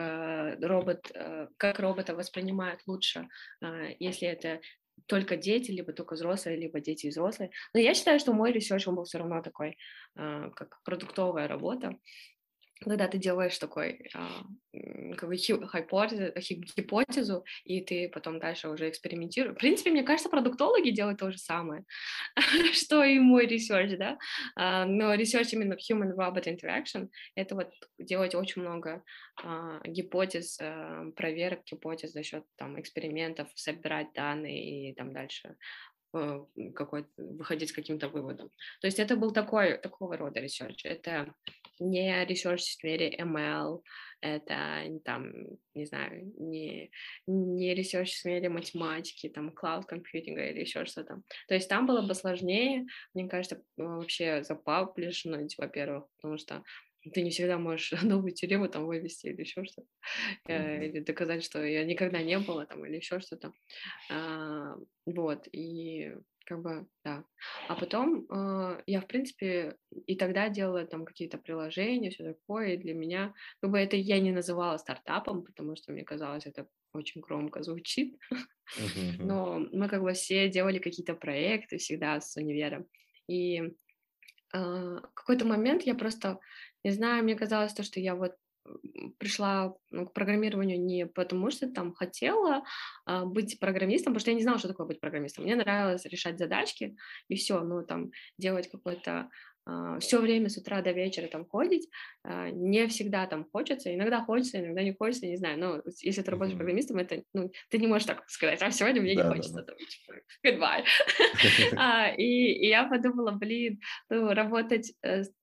как робота воспринимают лучше, если это только дети, либо только взрослые, либо дети и взрослые. Но я считаю, что мой ресерч, он был все равно такой, как продуктовая работа, когда ты делаешь такой как бы гипотезу, и ты потом дальше уже экспериментируешь. В принципе, мне кажется, продуктологи делают то же самое, что и мой ресерч, да. Но ресерч именно в human-robot interaction — это вот делать очень много гипотез, проверок гипотез за счет там экспериментов, собирать данные и там дальше выходить к каким-то выводам. То есть это был такого рода ресерч. Это не ресерч в сфере ML, это там, не знаю, не ресерч в сфере математики, там, cloud computing или еще что-то. То есть там было бы сложнее, мне кажется, вообще запаблишнуть, во-первых, потому что ты не всегда можешь новую теорему там вывести или еще что-то, Мгм. или доказать, что ее никогда не было там, или еще что-то. Вот, и как бы, да. А потом я, в принципе, и тогда делала там какие-то приложения, все такое, и для меня, как бы это я не называла стартапом, потому что мне казалось, это очень громко звучит, Мгм. Мгм. но мы как бы все делали какие-то проекты всегда с универом, и в какой-то момент я просто, не знаю, мне казалось то, что я вот пришла, ну, к программированию не потому, что там хотела быть программистом, потому что я не знала, что такое быть программистом. Мне нравилось решать задачки и все, ну, там, делать какое-то все время с утра до вечера там ходить. Не всегда там хочется, иногда не хочется, не знаю. Но если ты работаешь Мгм. программистом, это, ну, ты не можешь так сказать: сегодня мне не Да, да, да. хочется, там, типа, goodbye. И я подумала, блин, ну, работать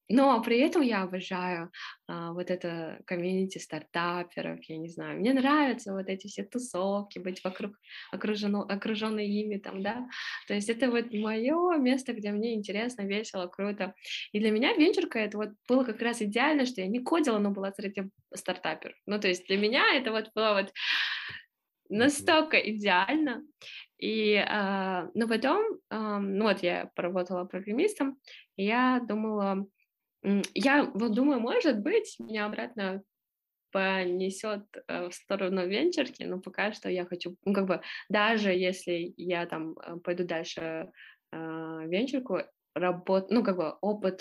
Но при этом я обожаю вот это комьюнити стартаперов, я не знаю. Мне нравятся вот эти все тусовки, быть вокруг окруженной ими там, да. То есть это вот мое место, где мне интересно, весело, круто. И для меня венчурка это вот было как раз идеально, что я не кодила, но была среди стартаперов. Ну, то есть для меня это вот было вот настолько идеально. И, но потом, ну вот я поработала программистом, и я думала, я вот думаю, может быть, меня обратно понесет в сторону венчурки, но пока что я хочу, ну как бы даже если я там пойду дальше венчурку, ну как бы опыт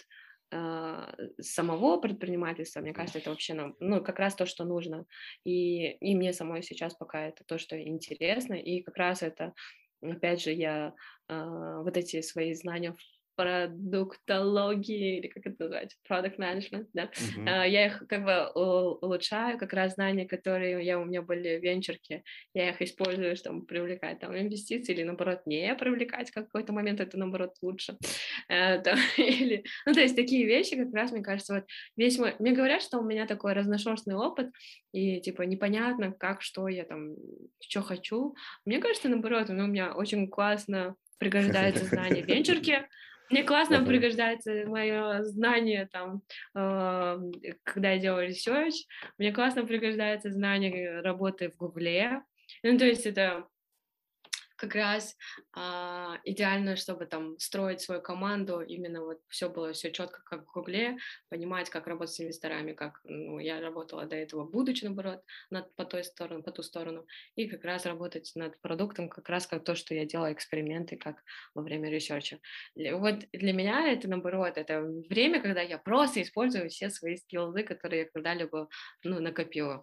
самого предпринимательства, мне кажется, это вообще нам, ну как раз то, что нужно, и мне самой сейчас пока это то, что интересно, и как раз это, опять же, я вот эти свои знания в продуктологии, или как это называется, product management, да, я их как бы улучшаю, как раз знания, которые у меня были в венчурке, я их использую, чтобы привлекать там инвестиции, или наоборот не привлекать, в какой-то момент это наоборот лучше, или, ну то есть такие вещи, как раз, мне кажется, вот весь мой, мне говорят, что у меня такой разношерстный опыт, и типа непонятно, как, что я там, что хочу, мне кажется, наоборот, у меня очень классно пригождается знание венчурки. Мне классно пригождается мое знание там, когда я делаю research, мне классно пригождается знание работы в Гугле. Ну, то есть это как раз идеально, чтобы там строить свою команду, именно вот все было все четко, как в Гугле, понимать, как работать с инвесторами, как я работала до этого, будучи, наоборот, по ту сторону, и как раз работать над продуктом, как раз как то, что я делала эксперименты, как во время ресерча. Вот для меня это, наоборот, это время, когда я просто использую все свои скиллы, которые я когда-либо накопила.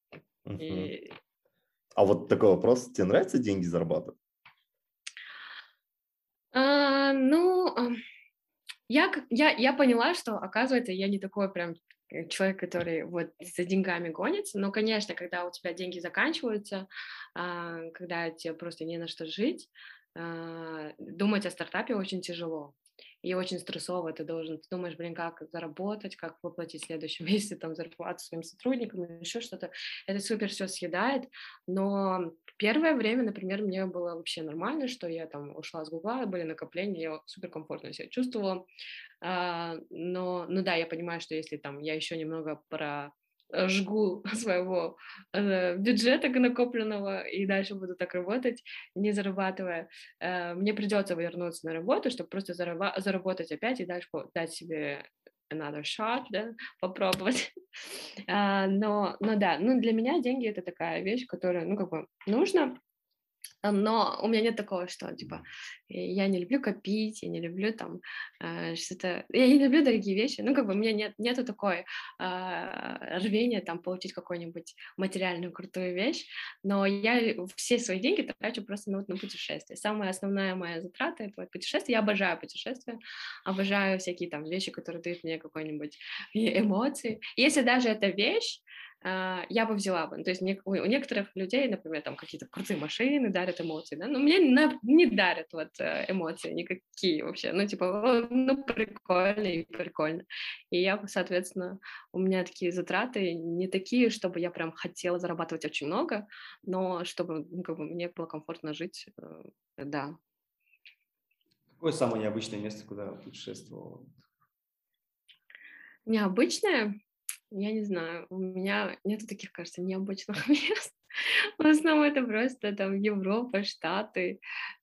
А вот такой вопрос, тебе нравится деньги зарабатывать? Я поняла, что, оказывается, я не такой прям человек, который вот за деньгами гонится, но, конечно, когда у тебя деньги заканчиваются, когда тебе просто не на что жить, думать о стартапе очень тяжело. И очень стрессово, ты думаешь, как заработать, как выплатить в следующем месяце там зарплату своим сотрудникам или еще что-то. Это супер все съедает, но первое время, например, мне было вообще нормально, что я там ушла с Гугла, были накопления, я супер комфортно себя чувствовала. Но да, я понимаю, что если там я еще немного жгу своего бюджета накопленного и дальше буду так работать, не зарабатывая, мне придется вернуться на работу, чтобы просто заработать опять и дальше дать себе another shot, да, попробовать. Но да, для меня деньги — это такая вещь, которая, как бы нужна, но у меня нет такого, что, типа, я не люблю копить, я не люблю там что-то... Я не люблю дорогие вещи, как бы у меня нету такой рвения там получить какую-нибудь материальную крутую вещь, но я все свои деньги трачу просто на путешествия. Самая основная моя затрата — это путешествие. Я обожаю путешествия, обожаю всякие там вещи, которые дают мне какой-нибудь эмоции. Если даже эта вещь, я бы взяла бы. То есть у некоторых людей, например, там какие-то крутые машины дарят эмоции, да, но мне не дарят вот эмоции никакие вообще. Прикольно и прикольно. И я, соответственно, у меня такие затраты не такие, чтобы я прям хотела зарабатывать очень много, но чтобы как бы мне было комфортно жить, да. Какое самое необычное место, куда путешествовала? Необычное? Я не знаю, у меня нету таких, кажется, необычных мест. В основном это просто там Европа, Штаты,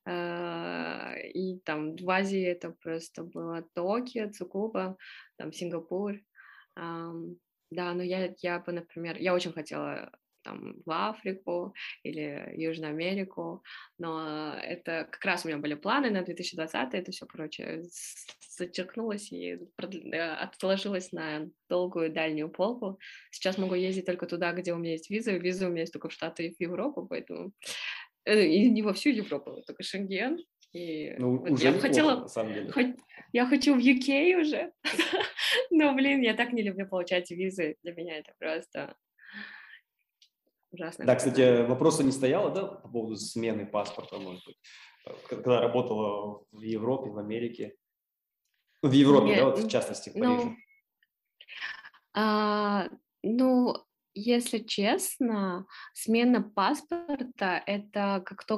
и там в Азии это просто было Токио, Цукуба, там Сингапур. Да, но я бы, например, я очень хотела там в Африку или Южную Америку, но это как раз у меня были планы на 2020, это все, короче, зачеркнулось и отложилось на долгую дальнюю полку. Сейчас могу ездить только туда, где у меня есть виза у меня есть только в Штаты и в Европу, поэтому и не во всю Европу, только Шенген. И уже я хотела, на самом деле. Я хочу в UK уже, но, я так не люблю получать визы, для меня это просто... ужасно. Да, кстати, вопроса не стояло, да, по поводу смены паспорта, может быть, когда работала в Европе, в Америке? В Европе, да, вот в частности, в Париже. А, ну, если честно, смена паспорта — это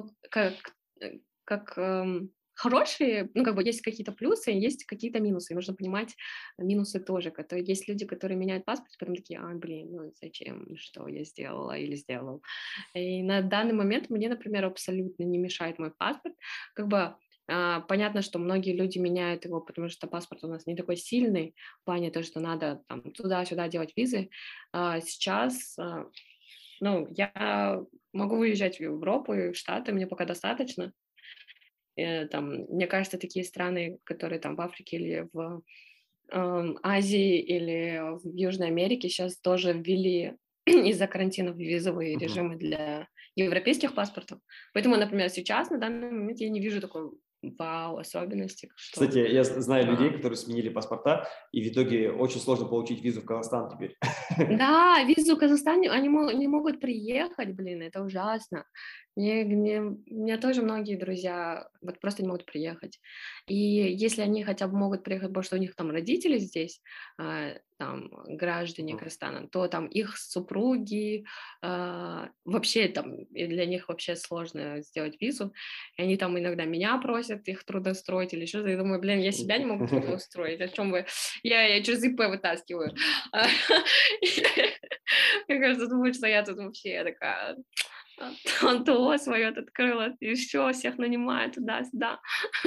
хорошие, ну, как бы есть какие-то плюсы, есть какие-то минусы. И нужно понимать минусы тоже. Есть люди, которые меняют паспорт, потом такие: блин, ну зачем, что я сделала или сделал. И на данный момент мне, например, абсолютно не мешает мой паспорт. Как бы понятно, что многие люди меняют его, потому что паспорт у нас не такой сильный, в плане того, что надо там туда-сюда делать визы. Сейчас, ну, я могу выезжать в Европу и в Штаты, мне пока достаточно. Там, мне кажется, такие страны, которые там в Африке или в Азии или в Южной Америке сейчас тоже ввели из-за карантина визовые Мгм. режимы для европейских паспортов. Поэтому, например, сейчас, на данный момент, я не вижу такой вау особенности, Кстати, что я знаю людей, а, которые сменили паспорта, и в итоге очень сложно получить визу в Казахстан теперь. да, визу в Казахстане, они не могут приехать, блин, это ужасно. У меня тоже многие друзья вот просто не могут приехать. И если они хотя бы могут приехать, потому что у них там родители здесь, там, граждане Мгм. Казахстана, то там их супруги, вообще там, и для них вообще сложно сделать визу. И они там иногда меня просят их трудоустроить или что-то. Я думаю, блин, я себя не могу трудоустроить, о чем вы? Я через ИП вытаскиваю. Мне кажется, думают, что я тут вообще такая ТО свое открыла, и все, всех нанимаю туда-сюда.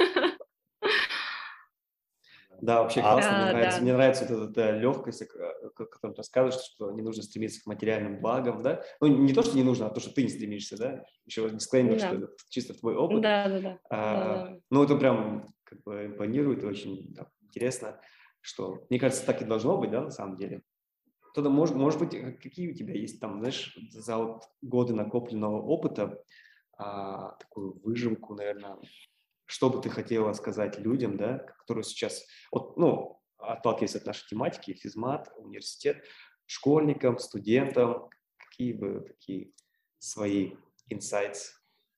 Да, вообще классно, Да, да. мне нравится вот эта легкость, о которой ты рассказываешь, что не нужно стремиться к материальным благам, да, ну, не то, что не нужно, а то, что ты не стремишься, да, еще дисклеймер, что Да, это чисто твой опыт, да-да-да. Да-да. ну, это прям как бы импонирует, и очень да, интересно, что, мне кажется, так и должно быть, да, на самом деле. Кто-то, может быть, какие у тебя есть там, знаешь, за вот годы накопленного опыта, такую выжимку, наверное, что бы ты хотела сказать людям, да, которые сейчас, вот, ну, отталкиваясь от нашей тематики, физмат, университет, школьникам, студентам, какие бы такие свои insights?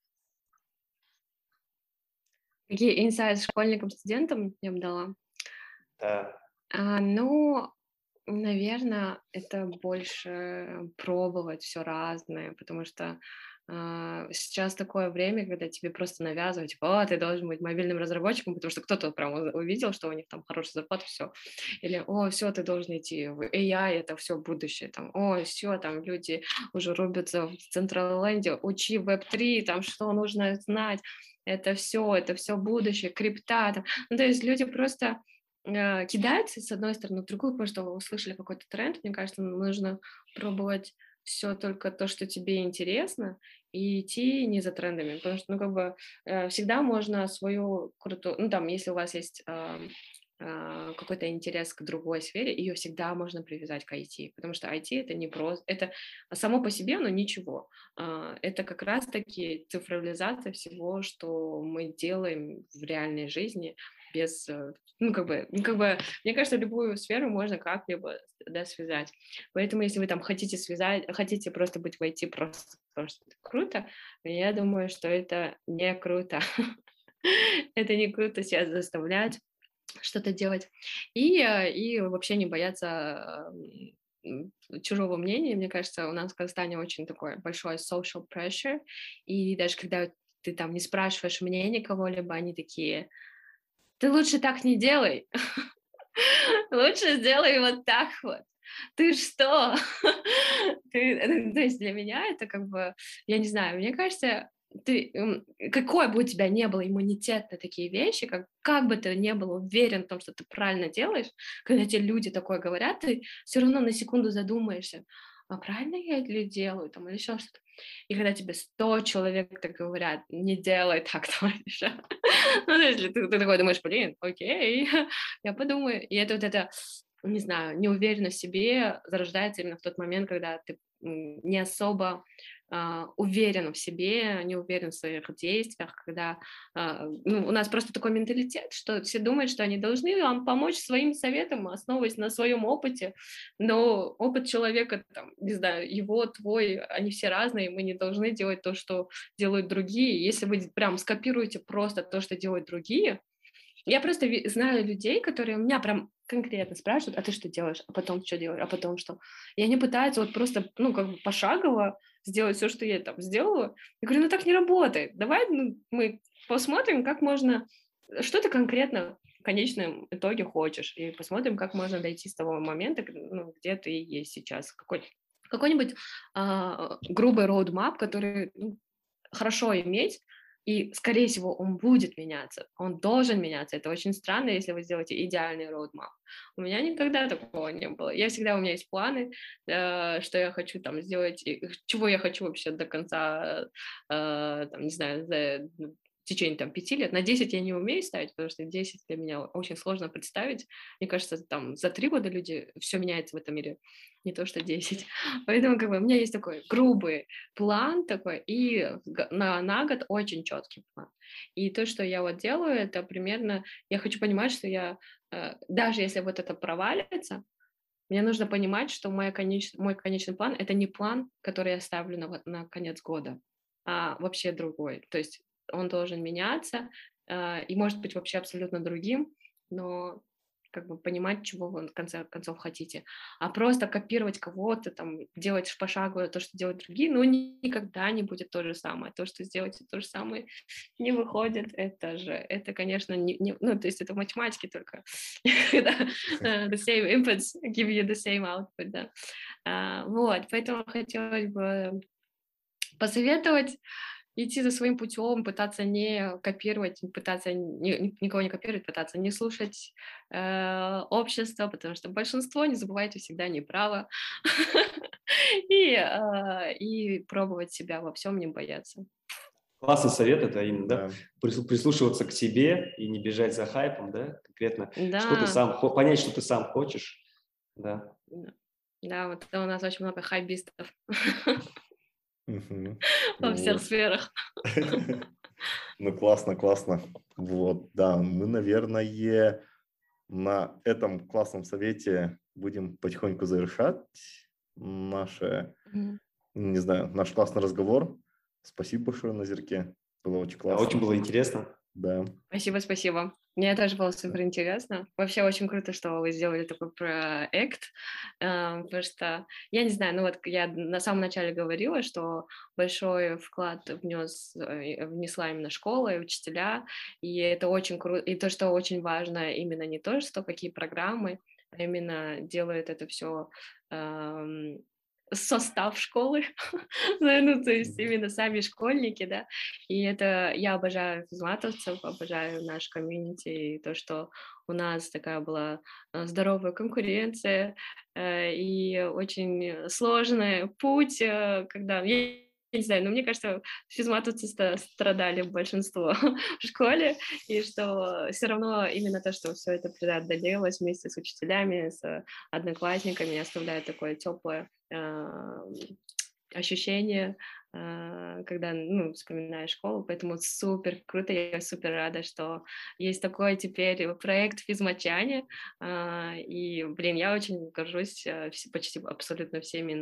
Какие инсайты школьникам, студентам я бы дала? Да. Ну, наверное, это больше пробовать все разное, потому что сейчас такое время, когда тебе просто навязывают, типа: ты должен быть мобильным разработчиком, потому что кто-то прям увидел, что у них там хорошая зарплата, все. Или: все, ты должен идти в AI, это все будущее. Там: все, там люди уже рубятся в Централ-Ленде, учи Web3, там что нужно знать, это все будущее, крипта. Там. Ну, то есть люди просто кидается с одной стороны, в другую, потому что вы услышали какой-то тренд. Мне кажется, нужно пробовать все только то, что тебе интересно, и идти не за трендами. Потому что, ну, как бы, всегда можно свою крутую... Ну, там, если у вас есть какой-то интерес к другой сфере, ее всегда можно привязать к IT, потому что IT — это не просто... Это само по себе, но ничего. Это как раз-таки цифровизация всего, что мы делаем в реальной жизни, без ну, как бы, мне кажется, любую сферу можно как-либо, да, связать. Поэтому, если вы там хотите просто быть в IT просто потому что это круто, я думаю, что это не круто. Это не круто себя заставлять что-то делать. И вообще не бояться чужого мнения. Мне кажется, у нас в Казахстане очень такой большой social pressure, и даже когда ты там не спрашиваешь мнение кого-либо, они такие: ты лучше так не делай. Лучше сделай вот так вот. Ты что? То есть для меня это как бы, я не знаю, мне кажется, какой бы у тебя не был иммунитет на такие вещи, как бы ты не был уверен в том, что ты правильно делаешь, когда тебе люди такое говорят, ты все равно на секунду задумаешься: правильно я ли делаю, там, или еще что-то. И когда тебе 100 человек так говорят: не делай так дальше. Ну, если ты такой думаешь: блин, окей, я подумаю. И это вот это, не знаю, неуверенность в себе зарождается именно в тот момент, когда ты не особо уверен в себе, не уверен в своих действиях, когда ну, у нас просто такой менталитет, что все думают, что они должны вам помочь своим советом, основываясь на своем опыте, но опыт человека, там, не знаю, его, твой, они все разные, мы не должны делать то, что делают другие. Если вы прям скопируете просто то, что делают другие, Я просто знаю людей, которые у меня прям конкретно спрашивают, а ты что делаешь, а потом что делаешь, а потом что. И они пытаются вот просто, ну, как бы пошагово сделать все, что я там сделала. Я говорю, ну так не работает. Давай мы посмотрим, как можно, что ты конкретно в конечном итоге хочешь, и посмотрим, как можно дойти с того момента, ну, где ты есть сейчас. Какой-нибудь грубый роудмап, который хорошо иметь, и, скорее всего, он будет меняться, он должен меняться. Это очень странно, если вы сделаете идеальный роудмап. У меня никогда такого не было. У меня есть планы, что я хочу там сделать, чего я хочу вообще до конца, там, не знаю, в течение там 5 лет. На 10 я не умею ставить, потому что 10 для меня очень сложно представить. Мне кажется, там за 3 года все меняется в этом мире, не то что 10. Поэтому как бы, у меня есть такой грубый план такой, и на год очень четкий план. И то, что я вот делаю, это примерно, я хочу понимать, что даже если вот это провалится, мне нужно понимать, что мой конечный план — это не план, который я ставлю на конец года, а вообще другой. То есть он должен меняться и может быть вообще абсолютно другим, но как бы понимать, чего вы в конце концов хотите. А просто копировать кого-то, там, делать пошагово то, что делают другие, никогда не будет то же самое. То, что сделаете то же самое, не выходит. Это, конечно, ну, то есть это в математике только, когда the same inputs give you the same output, да. Вот, поэтому хотелось бы посоветовать идти за своим путем, пытаться не копировать, пытаться никого не копировать, пытаться не слушать общество, потому что большинство, не забывайте, всегда неправо, и пробовать себя во всем, не бояться. Классный совет, это именно, Да. прислушиваться к себе и не бежать за хайпом, да, конкретно, что ты Да, понять, что ты сам хочешь, да. да, вот у нас очень много хайбистов Мгм. во всех Вот. сферах. Ну, классно, классно. Вот, да, мы, наверное, на этом классном совете будем потихоньку завершать не знаю, наш классный разговор. Спасибо большое, Назерке. Было очень Да, классно. очень было интересно. Да. Спасибо. Мне тоже было супер интересно. Вообще очень круто, что вы сделали такой проект, потому что, я не знаю, ну вот я на самом начале говорила, что большой вклад внесла именно школа и учителя, и это очень круто, и то, что очень важно, именно не то, что какие программы, а именно делает это все состав школы, ну, то есть именно сами школьники, да, и это я обожаю физматовцев, обожаю наш комьюнити, и то, что у нас такая была здоровая конкуренция и очень сложный путь, когда, я не знаю, но мне кажется, физматовцы страдали большинство в школе, и что все равно именно то, что все это преодолелось вместе с учителями, с одноклассниками, оставляет такое теплое ощущение, когда, ну, вспоминаешь школу, поэтому супер круто, я супер рада, что есть такой теперь проект «Физматчане», и, блин, я очень горжусь почти абсолютно всеми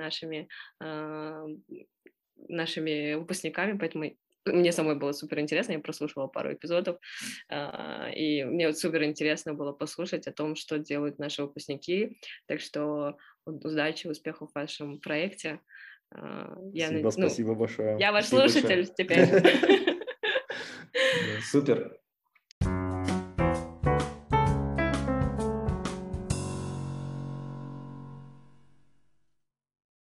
нашими выпускниками, поэтому мне самой было супер интересно, я прослушала пару эпизодов, и мне вот супер интересно было послушать о том, что делают наши выпускники, так что удачи, успехов в вашем проекте. Спасибо большое. Я ваш Спасибо слушатель большое. теперь. Супер.